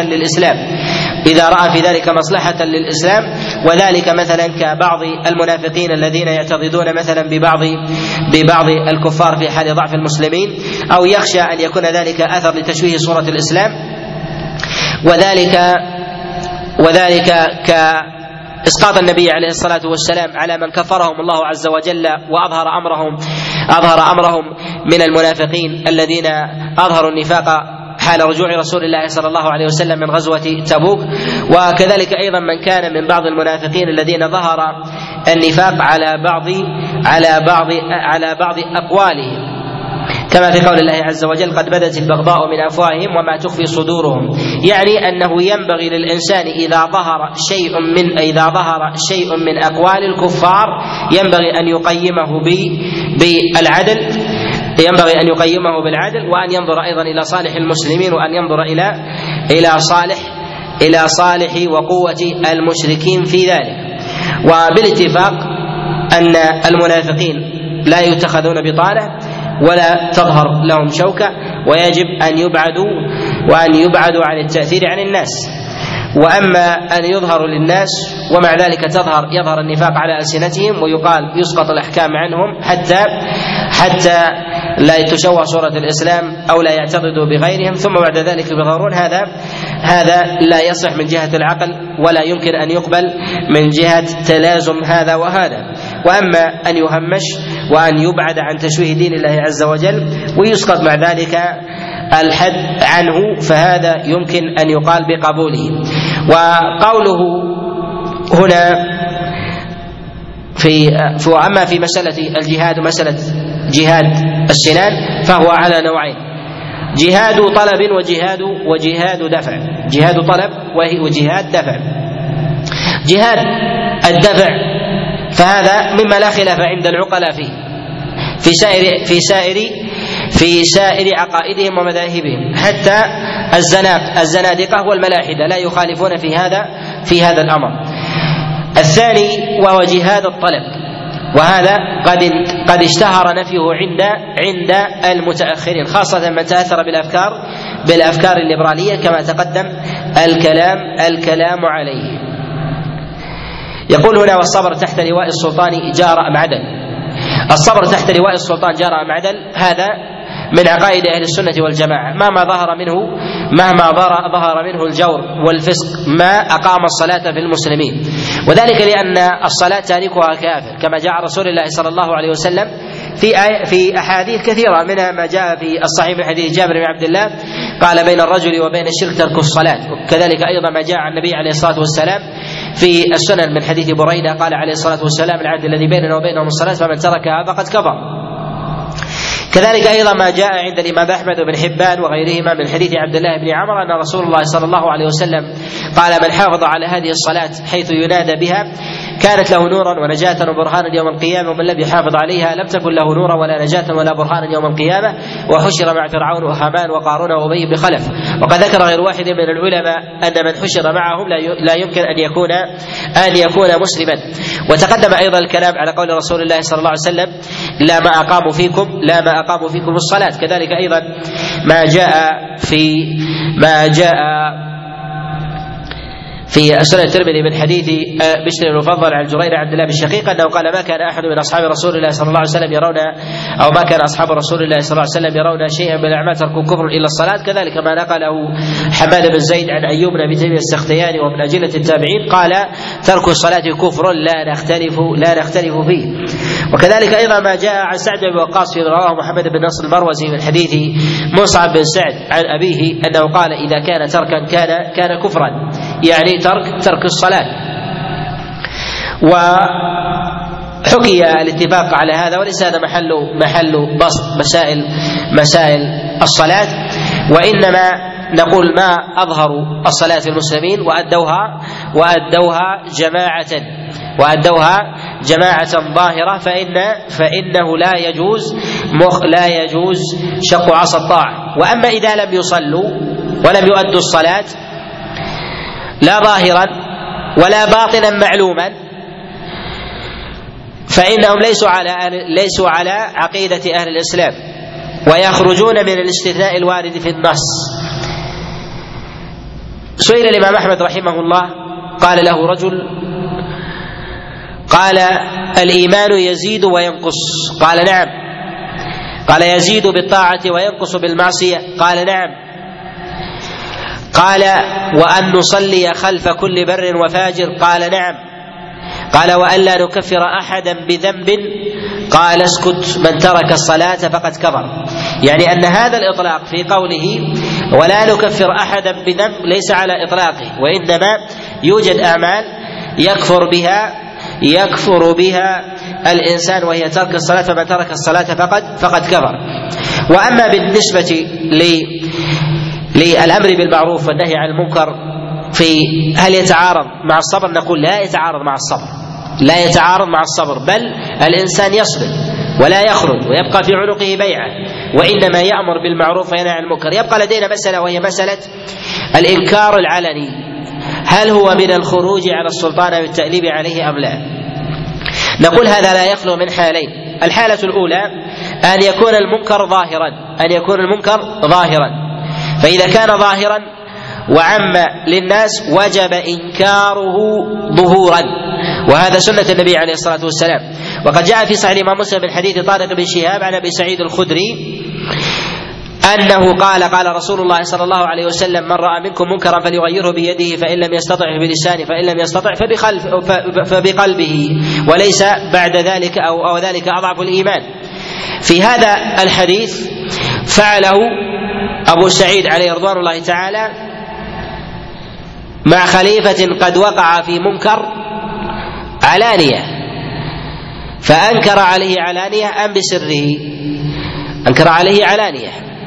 مصلحة للإسلام، وذلك مثلا كبعض المنافقين الذين يعتضدون مثلا ببعض الكفار في حال ضعف المسلمين، أو يخشى أن يكون ذلك أثر لتشويه صورة الإسلام، وذلك إسقاط النبي عليه الصلاة والسلام على من كفرهم الله عز وجل وأظهر أمرهم من المنافقين الذين أظهروا النفاق حال رجوع رسول الله صلى الله عليه وسلم من غزوة تبوك. وكذلك أيضا من كان من بعض المنافقين الذين ظهر النفاق على بعض أقوالهم، كما في قول الله عز وجل: قد بدت البغضاء من أفواههم وما تخفي صدورهم. يعني أنه ينبغي للإنسان إذا ظهر شيء من أقوال الكفار ينبغي أن يقيمه بالعدل، وأن ينظر أيضا إلى صالح المسلمين، وأن ينظر إلى صالح وقوة المشركين في ذلك. وبالاتفاق أن المنافقين لا يتخذون بطانة ولا تظهر لهم شوكة، ويجب أن يبعدوا عن التأثير عن الناس. وأما أن يظهروا للناس ومع ذلك يظهر النفاق على ألسنتهم ويقال يسقط الأحكام عنهم حتى لا تشوه صورة الإسلام أو لا يعتقدوا بغيرهم ثم بعد ذلك يظهرون، هذا لا يصح من جهة العقل ولا يمكن أن يقبل من جهة تلازم هذا وهذا. وأما أن يهمش وأن يبعد عن تشويه دين الله عز وجل ويسقط مع ذلك الحد عنه فهذا يمكن أن يقال بقبوله. وقوله هنا أما في مسألة الجهاد ومسألة جهاد السنان فهو على نوعين: جهاد طلب وجهاد دفع. جهاد طلب وجهاد دفع. جهاد الدفع فهذا مما لا خلاف عند العقلاء فيه في سائر عقائدهم ومذاهبهم، حتى الزنادقة والملاحدة لا يخالفون في هذا الأمر. الثاني وهو جهاد الطلب، وهذا قد اشتهر نفيه عند المتأخرين، خاصة من تأثر بالأفكار الليبرالية كما تقدم الكلام عليه. يقول هنا: والصبر تحت لواء السلطان جار أم عدل. الصبر تحت لواء السلطان جار أم عدل هذا من عقائد أهل السنة والجماعة، مهما ظهر منه الجور والفسق ما أقام الصلاة في المسلمين، وذلك لأن الصلاة تاركها كافر، كما جاء عن رسول الله صلى الله عليه وسلم في أحاديث كثيرة، منها ما جاء في الصحيح من حديث جابر بن عبد الله قال: بين الرجل وبين الشرك ترك الصلاة. وكذلك أيضا ما جاء عن النبي عليه الصلاة والسلام في السنن من حديث بريدة قال عليه الصلاة والسلام: العهد الذي بيننا وبينهم الصلاة فمن تركها فقد كفر. كذلك أيضا ما جاء عند الإمام أحمد بن حبان وغيرهما من حديث عبد الله بن عمر أن رسول الله صلى الله عليه وسلم قال: من حافظ على هذه الصلاة حيث ينادى بها كانت له نورا ونجاة وبرهانا يوم القيامة، ومن لم يحافظ عليها لم تكن له نورا ولا نجاة ولا برهانا يوم القيامة، وحشر مع فرعون وهامان وقارون وأبي بن خلف. وقد ذكر غير واحد من العلماء أن من حشر معهم لا يمكن أن يكون مسلما. وتقدم أيضا الكلام على قول رسول الله صلى الله عليه وسلم: لا ما أقاموا فيكم الصلاة. كذلك أيضا ما جاء في سنن الترمذي من حديث بشر المفضل عن جرير عبد الله بن شقيق انه قال: ما كان احد من اصحاب رسول الله صلى الله عليه وسلم يرون، او ما كان اصحاب رسول الله صلى الله عليه وسلم يرون شيئا من الاعمال تركوا كفر الا الصلاه. كذلك ما نقله حماد بن زيد عن ايوب بن ابي تيميه السختياني ومن اجله التابعين قال: ترك الصلاه كفر لا نختلف فيه. وكذلك ايضا ما جاء عن سعد بن وقاص في رواه محمد بن نصر المروزي من حديث مصعب بن سعد عن ابيه انه قال: اذا كان تركا كان كفرا، يعني ترك الصلاة. وحكي الاتفاق على هذا، وليس هذا محل بسط مسائل الصلاة، وإنما نقول ما أظهروا الصلاة في المسلمين وأدوها جماعة ظاهرة فإنه لا يجوز شق عصا الطاعة. وأما إذا لم يصلوا ولم يؤدوا الصلاة لا ظاهرا ولا باطنا معلوما فإنهم ليسوا على عقيدة أهل الإسلام، ويخرجون من الاستثناء الوارد في النص. سئل الإمام أحمد رحمه الله قال له رجل: قال: الإيمان يزيد وينقص؟ قال: نعم. قال: يزيد بالطاعة وينقص بالمعصية؟ قال: نعم. قال: وأن نصلي خلف كل بر وفاجر؟ قال: نعم. قال: وأن لا نكفر أحدا بذنب؟ قال: اسكت، من ترك الصلاة فقد كفر. يعني أن هذا الإطلاق في قوله ولا نكفر أحدا بذنب ليس على إطلاقه، وإنما يوجد أعمال يكفر بها الإنسان وهي ترك الصلاة، فمن ترك الصلاة فقد كفر. وأما بالنسبة للأمر بالمعروف والنهي عن المنكر هل يتعارض مع الصبر؟ نقول لا يتعارض مع الصبر، بل الإنسان يصبر ولا يخرج ويبقى في عنقه بيعة، وإنما يأمر بالمعروف وينهى عن المنكر. يبقى لدينا مسألة وهي مسألة الإنكار العلني، هل هو من الخروج على السلطان والتأليب عليه أم لا؟ نقول هذا لا يخلو من حالين: الحالة الأولى أن يكون المنكر ظاهرا، فإذا كان ظاهرا وعم للناس وجب إنكاره ظهورا، وهذا سنة النبي عليه الصلاة والسلام. وقد جاء في صحيح الإمام مسلم من حديث طارق بن شهاب عن أبي سعيد الخدري أنه قال رسول الله صلى الله عليه وسلم: من رأى منكم منكرا فليغيره بيده، فإن لم يستطع بلسانه، فإن لم يستطع فبقلبه، وليس بعد ذلك أو ذلك أضعف الإيمان. في هذا الحديث فعله أبو سعيد عليه رضوان الله تعالى مع خليفة قد وقع في منكر علانية، فأنكر عليه علانية أم بسره؟ أنكر عليه علانية،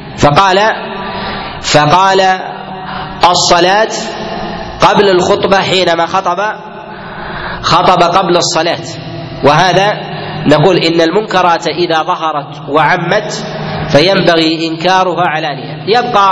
فقال الصلاة قبل الخطبة حينما خطب قبل الصلاة. وهذا نقول إن المنكرات إذا ظهرت وعمت فينبغي إنكارها علانية. يبقى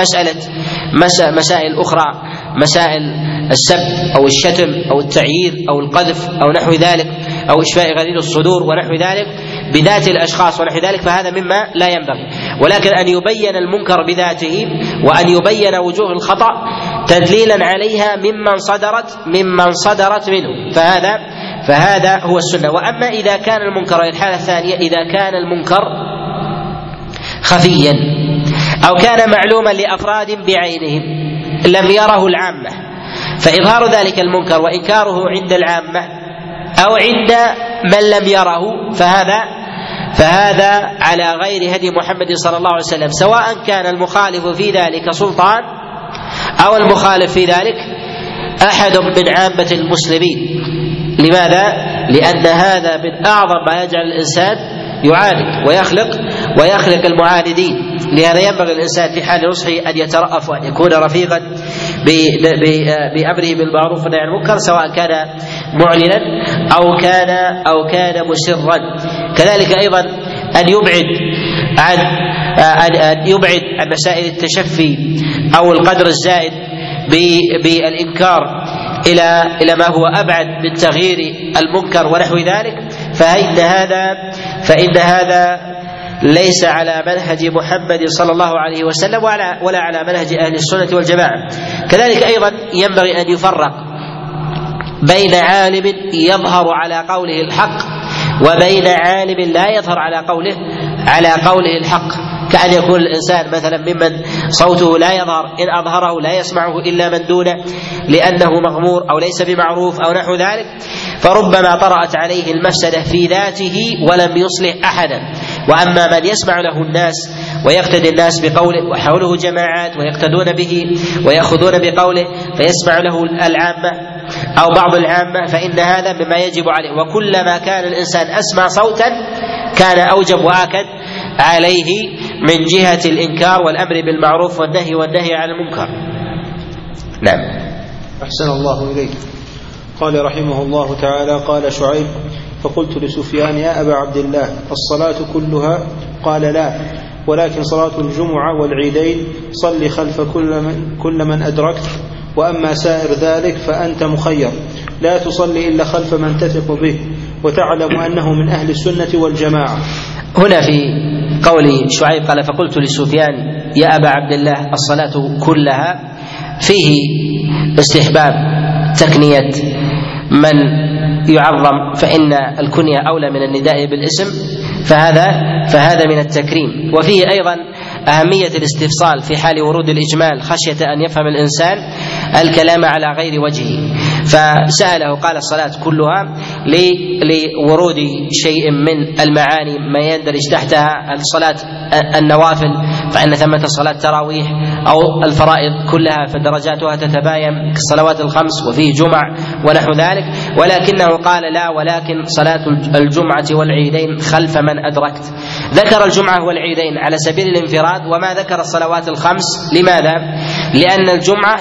مسائل أخرى، مسائل السب أو الشتم أو التعيير أو القذف أو نحو ذلك، أو إشفاء غليل الصدور ونحو ذلك بذات الأشخاص ونحو ذلك، فهذا مما لا ينبغي. ولكن أن يبين المنكر بذاته وأن يبين وجوه الخطأ تدليلا عليها ممن صدرت منه، فهذا هو السنة. وأما إذا كان المنكر، الحالة الثانية، إذا كان المنكر خفيا أو كان معلوما لأفراد بعينهم لم يره العامة، فإظهار ذلك المنكر وإنكاره عند العامة أو عند من لم يره فهذا على غير هدي محمد صلى الله عليه وسلم، سواء كان المخالف في ذلك سلطان أو المخالف في ذلك أحد من عامة المسلمين. لماذا؟ لأن هذا من أعظم ما يجعل الإنسان يعاند ويخلق المعاندين. لهذا ينبغي الإنسان في حال نصحه أن يترأف وأن يكون رفيقا بأمره بالمعروف والنهي عن المنكر، سواء كان معلنا أو كان مسرا. كذلك أيضا أن يبعد عن مسائل التشفي أو القدر الزائد بالإنكار إلى ما هو أبعد من تغيير المنكر ونحو ذلك، فإن هذا ليس على منهج محمد صلى الله عليه وسلم ولا على منهج أهل السنة والجماعة. كذلك أيضا ينبغي أن يفرق بين عالم يظهر على قوله الحق وبين عالم لا يظهر على قوله الحق، كأن يكون الإنسان مثلا ممن صوته لا يظهر، إن أظهره لا يسمعه إلا من دونه لأنه مغمور أو ليس بمعروف أو نحو ذلك، فربما طرأت عليه المفسدة في ذاته ولم يصلح أحدا. وأما من يسمع له الناس ويقتدي الناس بقوله وحوله جماعات ويقتدون به ويأخذون بقوله فيسمع له العامة أو بعض العامة، فإن هذا مما يجب عليه. وكلما كان الإنسان أسمع صوتا كان أوجب وآكد عليه من جهة الإنكار والأمر بالمعروف والنهي عن المنكر. نعم. أحسن الله إليك. قال رحمه الله تعالى: قال شعيب: فقلت لسفيان: يا أبا عبد الله، الصلاة كلها؟ قال: لا، ولكن صلاة الجمعة والعيدين صل خلف كل من أدركت، وأما سائر ذلك فأنت مخير، لا تصلي إلا خلف من تثق به وتعلم أنه من أهل السنة والجماعة. هنا في قول شعيب قال: فقلت لسفيان: يا أبا عبد الله، الصلاة كلها، فيه استحباب تكنية من يعظم، فإن الكنية أولى من النداء بالاسم، فهذا من التكريم. وفيه أيضا أهمية الاستفصال في حال ورود الإجمال خشية أن يفهم الإنسان الكلام على غير وجهه، فسأله قال: الصلاة كلها، لورود شيء من المعاني ما يندرج تحتها. الصلاة النوافل فإن ثمة صلاة تراويح أو الفرائض كلها فدرجاتها تتباين كالصلوات الخمس، وفيه جمع ونحو ذلك. ولكنه قال: لا، ولكن صلاة الجمعة والعيدين خلف من أدركت. ذكر الجمعة والعيدين على سبيل الانفراد وما ذكر الصلوات الخمس. لماذا؟ لأن الجمعة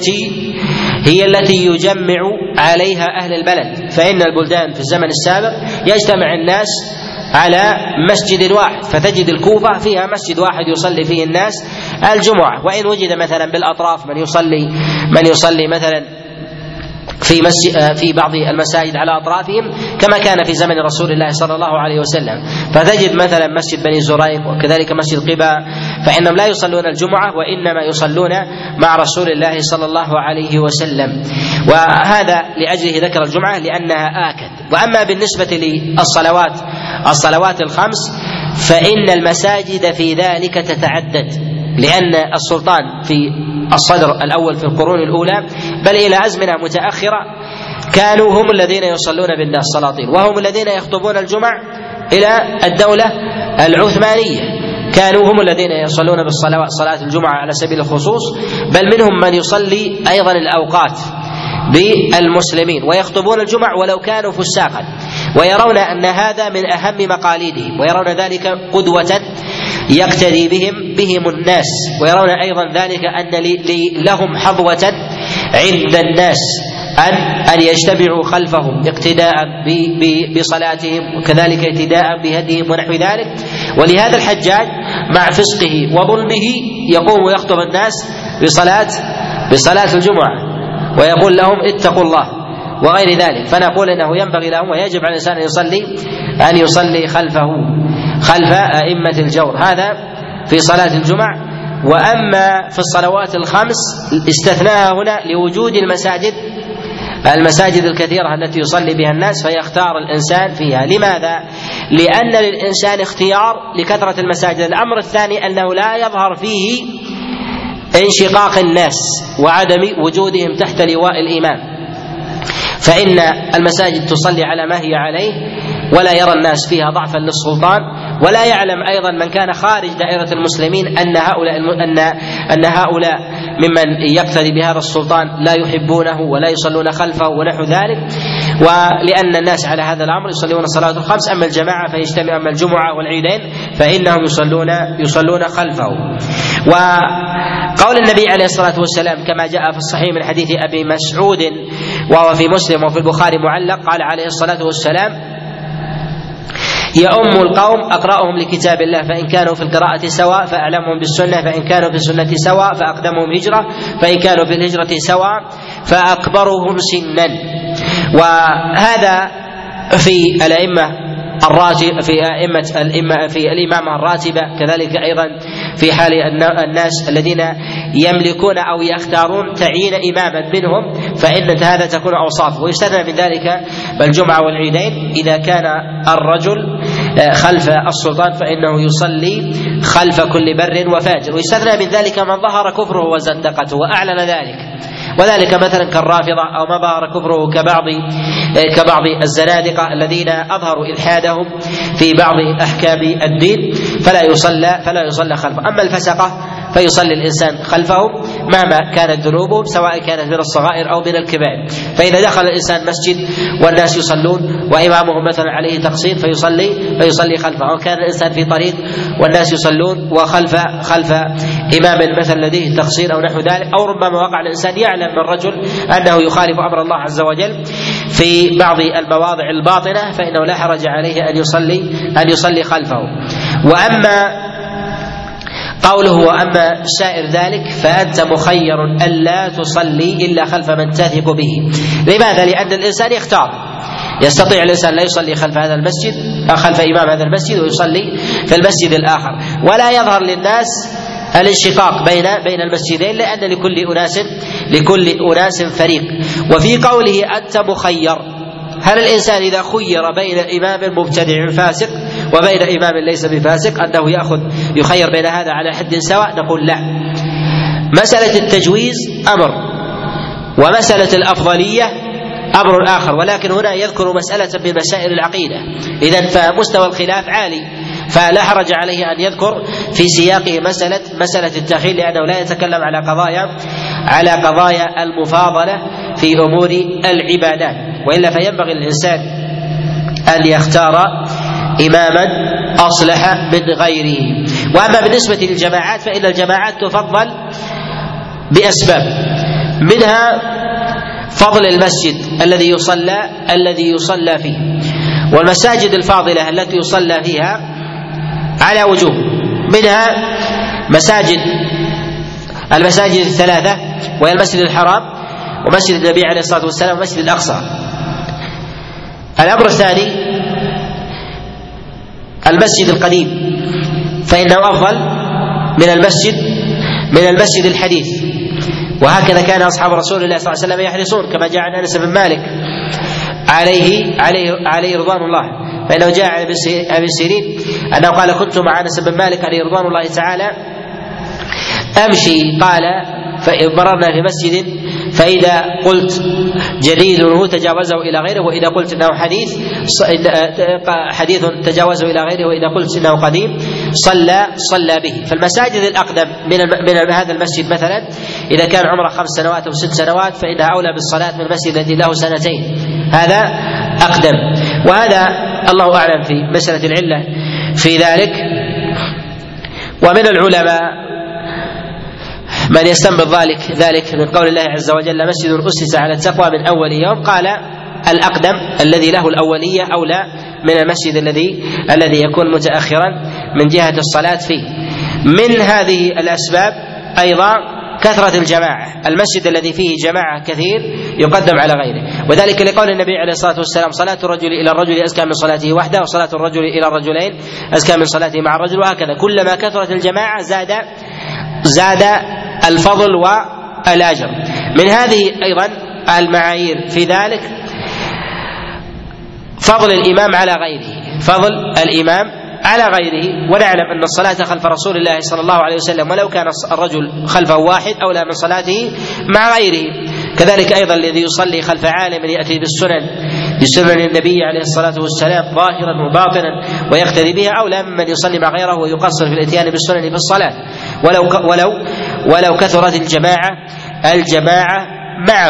هي التي يجمع عليها أهل البلد، فإن البلدان في الزمن السابق يجتمع الناس على مسجد واحد، فتجد الكوفة فيها مسجد واحد يصلي فيه الناس الجمعة. وإن وجد مثلا بالأطراف من يصلي مثلا في بعض المساجد على أطرافهم كما كان في زمن رسول الله صلى الله عليه وسلم، فتجد مثلا مسجد بني زريق وكذلك مسجد قباء، فإنهم لا يصلون الجمعة وإنما يصلون مع رسول الله صلى الله عليه وسلم. وهذا لأجله ذكر الجمعة لأنها آكد. وأما بالنسبة للصلوات الخمس فإن المساجد في ذلك تتعدد، لأن السلطان في الصدر الأول في القرون الأولى بل إلى أزمنة متأخرة كانوا هم الذين يصلون بالناس سلاطين، وهم الذين يخطبون الجمع إلى الدولة العثمانية، كانوا هم الذين يصلون بالصلوات صلاة الجمعة على سبيل الخصوص، بل منهم من يصلي أيضا الأوقات بالمسلمين ويخطبون الجمع ولو كانوا فساقا، ويرون أن هذا من أهم مقاليدهم، ويرون ذلك قدوة يقتدي بهم الناس، ويرون أيضا ذلك أن لهم حظوة عند الناس أن يجتمعوا خلفهم اقتداء بصلاتهم وكذلك اقتداء بهديهم ونحو ذلك. ولهذا الحجاج مع فسقه وظلمه يقوم ويخطب الناس بصلاة الجمعة ويقول لهم اتقوا الله وغير ذلك. فنقول انه ينبغي لهم ويجب على الانسان ان يصلي خلف ائمه الجور، هذا في صلاه الجمع. واما في الصلوات الخمس استثناها هنا لوجود المساجد الكثيره التي يصلي بها الناس، فيختار الانسان فيها. لماذا؟ لان للانسان اختيار لكثره المساجد. الامر الثاني انه لا يظهر فيه انشقاق الناس وعدم وجودهم تحت لواء الإمام، فإن المساجد تصلي على ما هي عليه ولا يرى الناس فيها ضعفا للسلطان، ولا يعلم أيضا من كان خارج دائرة المسلمين أن هؤلاء ممن يقتدي بهذا السلطان لا يحبونه ولا يصلون خلفه ونحو ذلك. ولأن الناس على هذا الأمر يصلون الصلاة الخمس، أما الجماعة فيجتمع، أما الجمعة والعيدين فإنهم يصلون خلفه. وقول النبي عليه الصلاة والسلام كما جاء في الصحيح من حديث أبي مسعود وهو في مسلم وفي البخاري معلق، قال عليه الصلاة والسلام: يؤم القوم أقرأهم لكتاب الله، فإن كانوا في القراءة سواء فأعلمهم بالسنة، فإن كانوا في السنة سواء فأقدمهم هجرة، فإن كانوا في الهجرة سواء فأكبرهم سنا. وهذا في الأئمة الراتب في الإمامة الراتبة، كذلك أيضا في حال الناس الذين يملكون أو يختارون تعيين إماما منهم، فإن هذا تكون أوصاف. ويستثنى من ذلك الجمعة والعيدين إذا كان الرجل خلف السلطان فإنه يصلي خلف كل بر وفاجر. ويستثنى من ذلك من ظهر كفره وزندقته وأعلن ذلك، وذلك مثلا كالرافضة، أو ما ظهر كفره كبعض الزنادقة الذين أظهروا إلحادهم في بعض أحكام الدين، فلا يصلى خلفه. أما الفسقة فيصلي الإنسان خلفهم مهما كانت ذنوبهم، سواء كانت من الصغائر أو من الكبائر. فإذا دخل الإنسان مسجد والناس يصلون وإمامهم مثلا عليه تقصير فيصلي خلفه، أو كان الإنسان في طريق والناس يصلون وخلف إمام مثلا لديه تقصير أو نحو ذلك، أو ربما وقع الإنسان يعلم من رجل أنه يخالف أمر الله عز وجل في بعض المواضع الباطنة، فإنه لا حرج عليه أن يصلي خلفه. وأما قوله وأما سائر ذلك فأنت مخير ألا تصلي إلا خلف من تثق به. لماذا؟ لأن الإنسان يستطيع الإنسان لا يصلي خلف هذا المسجد أو خلف إمام هذا المسجد ويصلي في المسجد الآخر، ولا يظهر للناس الانشقاق بين المسجدين، لأن لكل أناس فريق. وفي قوله أنت مخير، هل الإنسان إذا خير بين إمام مبتدع فاسق وبين إمام ليس بفاسق أنه يخير بين هذا على حد سواء؟ نقول لا. مسألة التجويز أمر، ومسألة الأفضلية أمر آخر، ولكن هنا يذكر مسألة من مسائل العقيدة، إذن فمستوى الخلاف عالي، فلا حرج عليه أن يذكر في سياقه مسألة التأخير، لأنه لا يتكلم على قضايا المفاضلة في أمور العبادات، وإلا فينبغي للإنسان أن يختار إماما أصلح من غيره. وأما بالنسبة للجماعات فإن الجماعات تفضل بأسباب، منها فضل المسجد الذي يصلى فيه، والمساجد الفاضلة التي يصلى فيها على وجوه، منها المساجد الثلاثة، وهي المسجد الحرام ومسجد النبي عليه الصلاة والسلام ومسجد الأقصى. الأمر الثاني المسجد القديم، فإنه أفضل من المسجد الحديث، وهكذا كان أصحاب رسول الله صلى الله عليه وسلم يحرصون، كما جاء عن أنس بن مالك عليه رضوان الله، فإنه جاء عن أبي سيرين أنه قال كنت مع أنس بن مالك عليه رضوان الله تعالى أمشي، قال فمررنا في مسجد فإذا قلت جديد هو تجاوزه إلى غيره، وإذا قلت إنه حديث تجاوزه إلى غيره، وإذا قلت إنه قديم صلى به. فالمساجد الأقدم من هذا المسجد مثلا إذا كان عمره 5 سنوات أو 6 سنوات فإنها أولى بالصلاة من المسجد الذي له 2 سنين، هذا أقدم. وهذا الله أعلم في مسألة العلة في ذلك. ومن العلماء من يستنبط ذلك من قول الله عز وجل مسجد أسس على التقوى من أول يوم، قال الأقدم الذي له الأولية أولى من المسجد الذي يكون متأخرا من جهة الصلاة فيه. من هذه الأسباب أيضا كثرة الجماعة، المسجد الذي فيه جماعة كثير يقدم على غيره، وذلك لقول النبي عليه الصلاة والسلام صلاة الرجل إلى الرجل أزكى من صلاته وحده، وصلاة الرجل إلى الرجلين أزكى من صلاته مع الرجل، وهكذا كلما كثرت الجماعة زاد الفضل والأجر. من هذه أيضا المعايير في ذلك فضل الإمام على غيره، ونعلم أن الصلاة خلف رسول الله صلى الله عليه وسلم ولو كان الرجل خلفه واحد أولى من صلاته مع غيره. كذلك أيضا الذي يصلي خلف عالم يأتي بسنن النبي عليه الصلاة والسلام ظاهرا وباطنا ويقتدي بها أولى ممن يصلي مع غيره ويقصر في الاتيان بالسنن في الصلاة ولو كثرت الجماعة معه.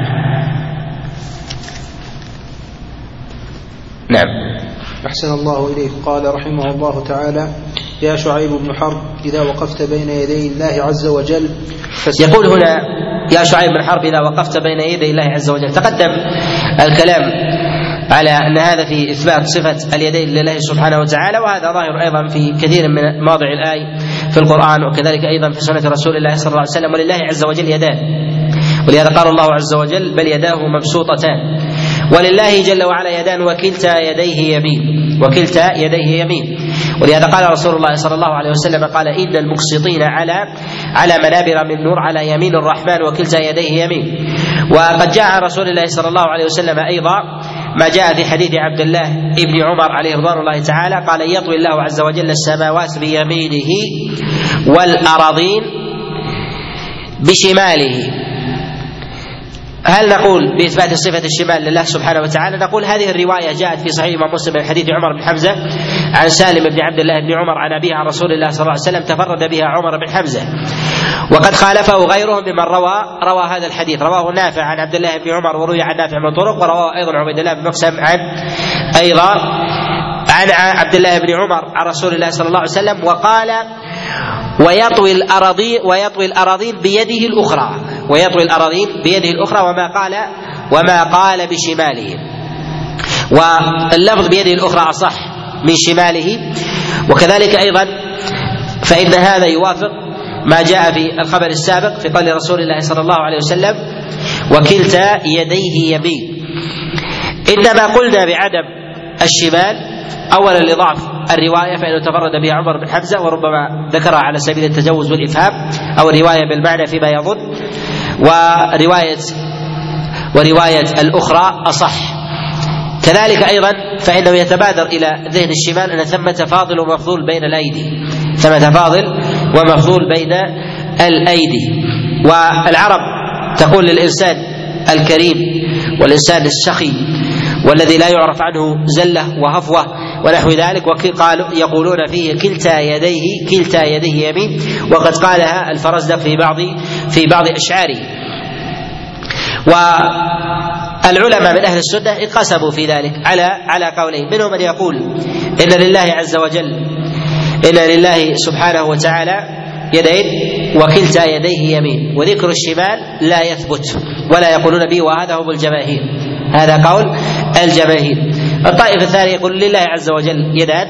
نعم. أحسن الله إليك. قال رحمه الله تعالى: يا شعيب بن حرب إذا وقفت بين يدي الله عز وجل. يقول هنا يا شعيب بن حرب إذا وقفت بين يدي الله عز وجل. تقدم الكلام على أن هذا في إثبات صفة اليدين لله سبحانه وتعالى، وهذا ظاهر أيضا في كثير من مواضع الآية في القرآن، وكذلك أيضا في سنة رسول الله صلى الله عليه وسلم. ولله عز وجل يدان، ولهذا قال الله عز وجل: بل يداه مبسوطتان. ولله جل وعلا يدان وكلتا يديه يمين. ولهذا قال رسول الله صلى الله عليه وسلم قال: إن المقسطين على منابر من نور على يمين الرحمن وكلتا يديه يمين. وقد جاء عن رسول الله صلى الله عليه وسلم أيضا ما جاء في حديث عبد الله ابن عمر عليه رضوان الله تعالى قال: يطوي الله عز وجل السماوات بيمينه والأراضين بشماله. هل نقول بإثبات صفة الشمال لله سبحانه وتعالى؟ نقول هذه الرواية جاءت في صحيح إمام مسلم من حديث عمر بن حمزة عن سالم بن عبد الله بن عمر عن أبيه عن رسول الله صلى الله عليه وسلم، تفرد بها عمر بن حمزة، وقد خالفه غيره ممن روى هذا الحديث. رواه نافع عن عبد الله بن عمر وروي عن نافع من طرق، ورواه أيضا عبيد الله بن مقسم عن عبد الله بن عمر عن رسول الله صلى الله عليه وسلم، وقال: ويطوي الأراضين بيده الأخرى وما قال بشماله. واللفظ بيده الأخرى أصح من شماله. وكذلك أيضا فإن هذا يوافق ما جاء في الخبر السابق في قول رسول الله صلى الله عليه وسلم: وكلتا يديه يمين. إنما قلنا بعدم الشمال أولا لضعف الرواية، فإنه تفرد بها عمر بن حمزة وربما ذكرها على سبيل التجوز والإفهام، أو الرواية بالمعنى فيما يظن، ورواية الأخرى أصح. كذلك أيضا فإنه يتبادر إلى ذهن الشمال أن ثمة فاضل ومفضول بين الأيدي. والعرب تقول للإنسان الكريم والإنسان السخي والذي لا يعرف عنه زلة وهفوة ونحو ذلك، يقولون فيه كلتا يديه يمين، وقد قالها الفرزدق في بعض أشعاره. والعلماء من أهل السنة انقسموا في ذلك على قولين، منهم من يقول إن لله سبحانه وتعالى يدين وكلتا يديه يمين، وذكر الشمال لا يثبت ولا يقولون به، وهذا هو الجماهير، هذا قول الجماهير. الطائفة الثانية يقول لله عز وجل يدان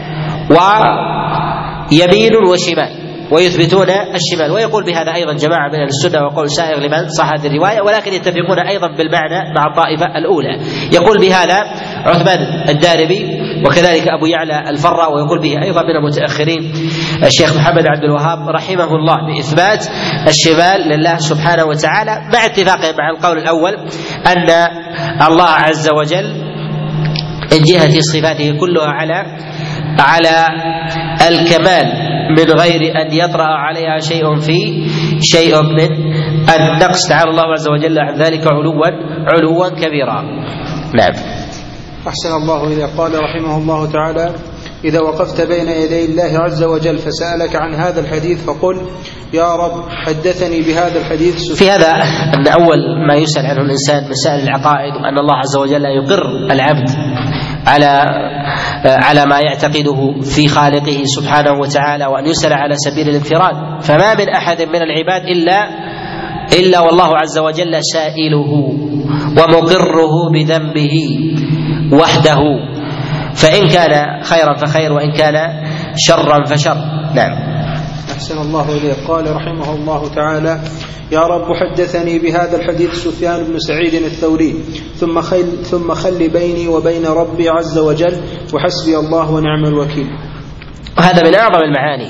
ويمين وشمال ويثبتون الشمال، ويقول بهذا أيضا جماعة من السنة وقول سائغ لمن صح هذه الرواية، ولكن يتفقون أيضا بالمعنى مع الطائفة الأولى. يقول بهذا عثمان الدارمي وكذلك أبو يعلى الفراء، ويقول به أيضا من المتأخرين الشيخ محمد عبد الوهاب رحمه الله بإثبات الشمال لله سبحانه وتعالى، مع اتفاقه مع القول الأول أن الله عز وجل من جهة صفاته كلها على الكمال من غير أن يطرأ عليها شيء من النقص، تعالى الله عز وجل عن ذلك علوا كبيرا. نعم. أحسن الله إليه. قال رحمه الله تعالى: إذا وقفت بين يدي الله عز وجل فسألك عن هذا الحديث فقل: يا رب حدثني بهذا الحديث. في هذا أن أول ما يسأل عنه الإنسان مسائل العقائد، وأن الله عز وجل يقر العبد على ما يعتقده في خالقه سبحانه وتعالى، وأن يسأل على سبيل الانفراد. فما من أحد من العباد إلا والله عز وجل سائله ومقره بذنبه وحده، فإن كان خيرا فخير وإن كان شرا فشر. نعم. أحسن الله إليه. قال رحمه الله تعالى: يا رب حدثني بهذا الحديث سفيان بن سعيد الثوري، ثم خل بيني وبين ربي عز وجل وحسبي الله ونعم الوكيل. هذا من أعظم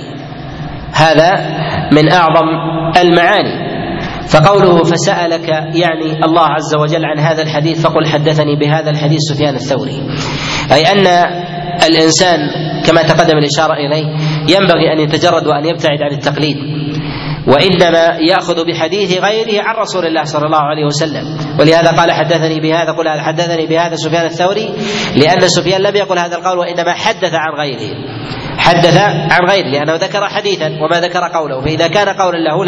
المعاني. فقوله فسألك يعني الله عز وجل عن هذا الحديث فقل حدثني بهذا الحديث سفيان الثوري، أي أن الإنسان كما تقدم الإشارة إليه ينبغي أن يتجرد وأن يبتعد عن التقليد، وإنما يأخذ بحديث غيره عن رسول الله صلى الله عليه وسلم. ولهذا قال حدثني بهذا، قل حدثني بهذا سفيان الثوري، لأن سفيان لم يقل هذا القول وإنما حدث عن غيره لأنه ذكر حديثا وما ذكر قوله، فإذا كان قولا له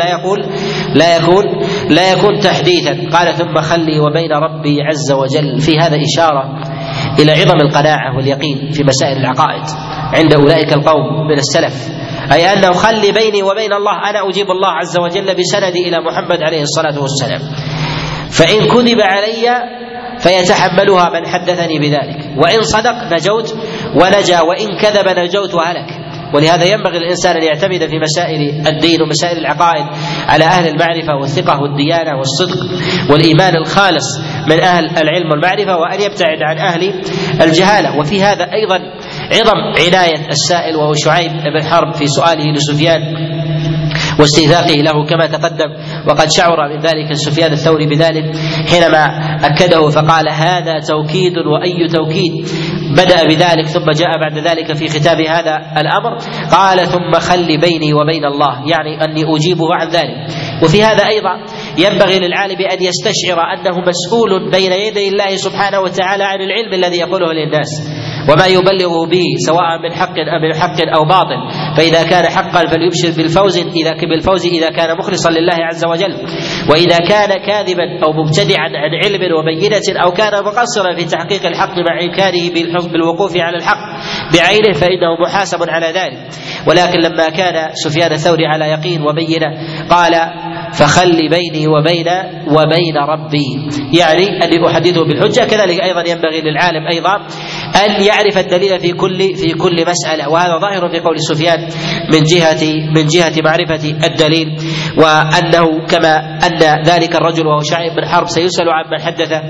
لا يكون تحديثا. قال ثم خلي وبين ربي عز وجل، في هذا إشارة إلى عظم القناعة واليقين في مسائل العقائد عند أولئك القوم من السلف، أي أنه خلي بيني وبين الله، أنا أجيب الله عز وجل بسندي إلى محمد عليه الصلاة والسلام، فإن كذب علي فيتحملها من حدثني بذلك، وإن صدق نجوت ونجا، وإن كذب نجوت وهلك. ولهذا ينبغي الإنسان أن يعتمد في مسائل الدين ومسائل العقائد على أهل المعرفة والثقة والديانة والصدق والإيمان الخالص من أهل العلم والمعرفة، وأن يبتعد عن أهل الجهالة. وفي هذا أيضا عظم عناية السائل وهو شعيب بن حرب في سؤاله لسفيان واستيثاقه له كما تقدم، وقد شعر من ذلك سفيان الثوري بذلك حينما أكده فقال: هذا توكيد وأي توكيد. بدأ بذلك ثم جاء بعد ذلك في ختام هذا الأمر قال: ثم خل بيني وبين الله، يعني أني أجيبه عن ذلك. وفي هذا أيضا ينبغي للعالم أن يستشعر أنه مسؤول بين يدي الله سبحانه وتعالى عن العلم الذي يقوله للناس وما يبلغه به، سواء من حق أو باطل. فإذا كان حقا فليبشر بالفوز إذا كان مخلصا لله عز وجل، وإذا كان كاذبا أو مبتدعا عن علم وبينة أو كان مقصرا في تحقيق الحق مع إمكانه بالوقوف على الحق بعينه فإنه محاسب على ذلك. ولكن لما كان سفيان الثوري على يقين وبينة قال: فخلي بيني وبين ربي، يعني أني أحدثه بالحجة. كذلك أيضا ينبغي للعالم أيضا أن يعرف الدليل في كل مسألة، وهذا ظاهر في قول سفيان من جهة معرفة الدليل، وأنه كما أن ذلك الرجل وهو شعيب بن حرب سيسأل عمن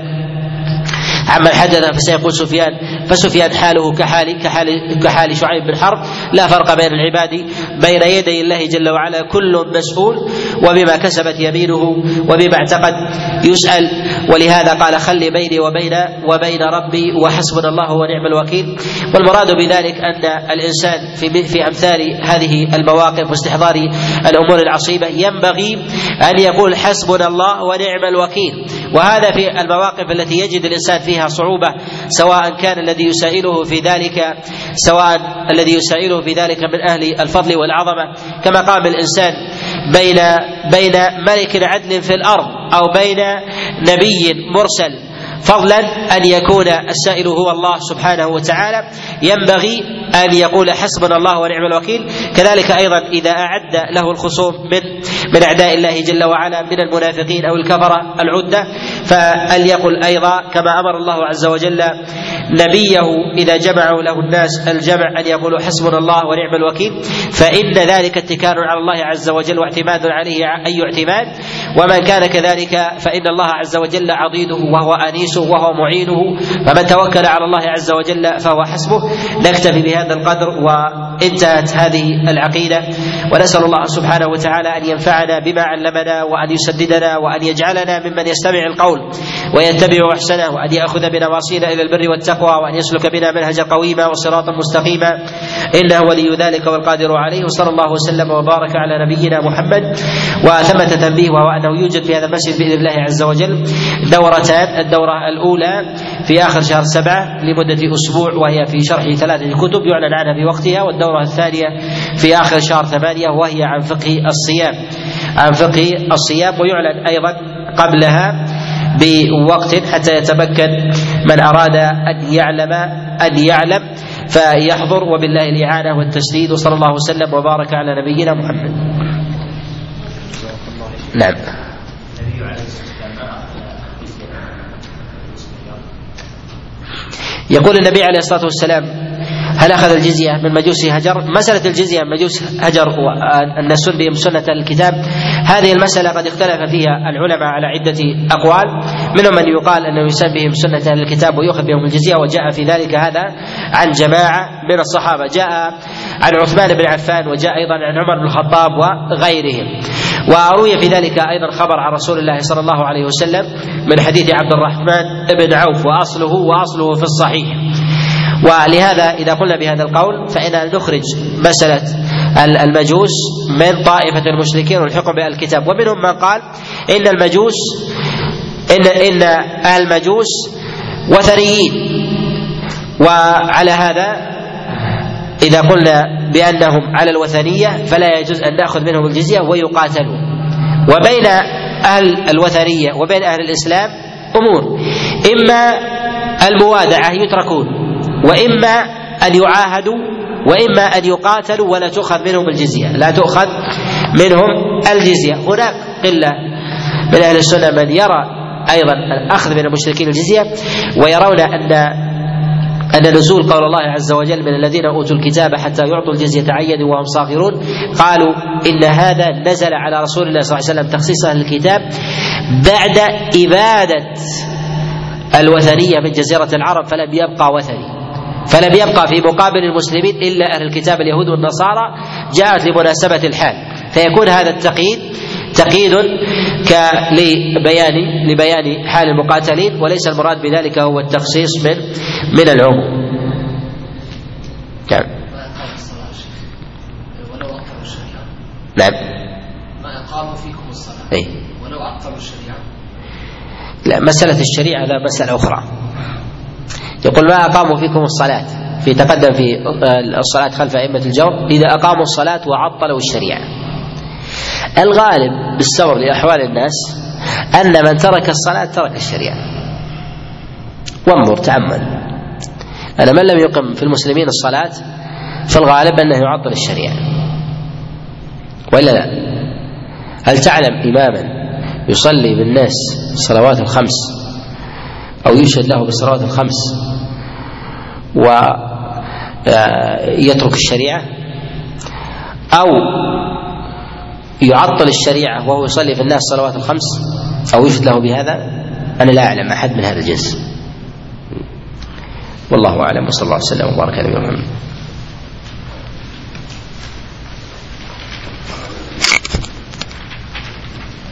حدث فسيقول فسفيان حاله كحال شعيب بن حرب، لا فرق بين العباد بين يدي الله جل وعلا، كل مسؤول وبما كسبت يمينه وبما اعتقد يسأل. ولهذا قال: خلي بيني وبين ربي وحسبنا الله ونعم الوكيل. والمراد بذلك أن الإنسان في أمثال هذه المواقف واستحضار الأمور العصيبة ينبغي أن يقول حسبنا الله ونعم الوكيل. وهذا في المواقف التي يجد الإنسان فيها صعوبة، سواء كان الذي يسائله في ذلك من أهل الفضل والعظمة، كما قام الإنسان بين ملك عدل في الأرض أو بين نبي مرسل، فضلا أن يكون السائل هو الله سبحانه وتعالى، ينبغي أن يقول حسبنا الله ونعم الوكيل. كذلك أيضا إذا أعد له الخصوم من أعداء الله جل وعلا من المنافقين أو الكفرة العدة، فأن يقول أيضا كما أمر الله عز وجل نبيه إذا جمعوا له الناس الجمع أن يقولوا حسبنا الله ونعم الوكيل، فإن ذلك اتكال على الله عز وجل واعتماد عليه أي اعتماد. ومن كان كذلك فإن الله عز وجل عضيده وهو أنيسه وهو معينه، فمن توكل على الله عز وجل فهو حسبه. نكتفي بهذا القدر وانتهت هذه العقيدة، ونسأل الله سبحانه وتعالى أن ينفعنا بما علمنا وأن يسددنا وأن يجعلنا ممن يستمع القول ويتبع أحسنه وأن يأخذ بنواصينا إلى البر والتقوى وأن يسلك بنا منهجا قويما وصراطا مستقيما إنه ولي ذلك والقادر عليه. وصلى الله وسلم وبارك على نبينا محمد. وثمة تنبيه وهو أنه يوجد في هذا المسجد بإذن الله عز وجل دورتان: الدورة الأولى في آخر شهر 7 لمدة أسبوع وهي في شرح 3 كتب يعلن عنها في وقتها، والدورة الثانية في آخر شهر 8 وهي عن فقه الصيام ويعلن أيضا قبلها بوقت حتى يتمكن من أراد أن يعلم فيحضر، وبالله الإعانة والتسديد. وصلى الله وسلم وبارك على نبينا محمد. نعم. يقول النبي عليه الصلاة والسلام: هل أخذ الجزية من مجوس هجر؟ مسألة الجزية من مجوس هجر وأن نسن بهم سنة الكتاب، هذه المسألة قد اختلف فيها العلماء على عدة أقوال، منهم من يقال أنه يسن بهم سنة الكتاب ويؤخذ بهم الجزية، وجاء في ذلك هذا عن جماعة من الصحابة، جاء عن عثمان بن عفان وجاء أيضا عن عمر بن الخطاب وغيرهم. وروي في ذلك أيضا خبر عن رسول الله صلى الله عليه وسلم من حديث عبد الرحمن بن عوف وأصله في الصحيح. ولهذا إذا قلنا بهذا القول فإننا نخرج مسألة المجوس من طائفة المشركين والحكم بالكتاب، ومنهم من قال إن المجوس وثنيين، وعلى هذا إذا قلنا بأنهم على الوثنية فلا يجوز أن نأخذ منهم الجزية ويقاتلون. وبين أهل الوثنية وبين أهل الإسلام أمور: إما الموادعة يتركون، وإما أن يعاهدوا، وإما أن يقاتلوا ولا تؤخذ منهم الجزية، لا تؤخذ منهم الجزية. هناك قلة من أهل السنة من يرى أيضا الأخذ من المشركين الجزية، ويرون أن نزول قول الله عز وجل: من الذين أوتوا الكتاب حتى يعطوا الجزية عن يد وهم صاغرون، قالوا إن هذا نزل على رسول الله صلى الله عليه وسلم تخصيص أهل الكتاب بعد إبادة الوثنية من جزيرة العرب، فلم يبقى في مقابل المسلمين إلا أهل الكتاب اليهود والنصارى، جاءت لمناسبة الحال، فيكون هذا التقييد تقييد لبيان حال المقاتلين، وليس المراد بذلك هو التخصيص من العموم. نعم. ما أقاموا فيكم الصلاة ولو عطلوا الشريعة. لا، مسألة الشريعة لا، مسألة أخرى. يقول: ما أقاموا فيكم الصلاة، في تقدم في الصلاة خلف أئمة الجور، إذا أقاموا الصلاة وعطلوا الشريعة. الغالب بالسبب لأحوال الناس أن من ترك الصلاة ترك الشريعة. وانظر، تأمل، أن من لم يقم في المسلمين الصلاة فالغالب أنه يعطل الشريعة، وإلا لا؟ هل تعلم إماما يصلي بالناس الصلوات الخمس أو يشهد له بالصلوات الخمس ويترك الشريعة، أو يعطل الشريعة وهو يصلي في الناس الصلوات الخمس أو يشهد له بهذا؟ أنا لا أعلم أحد من هذا الجنس، والله أعلم. وصلى الله عليه وسلم وبارك على نبينا محمد.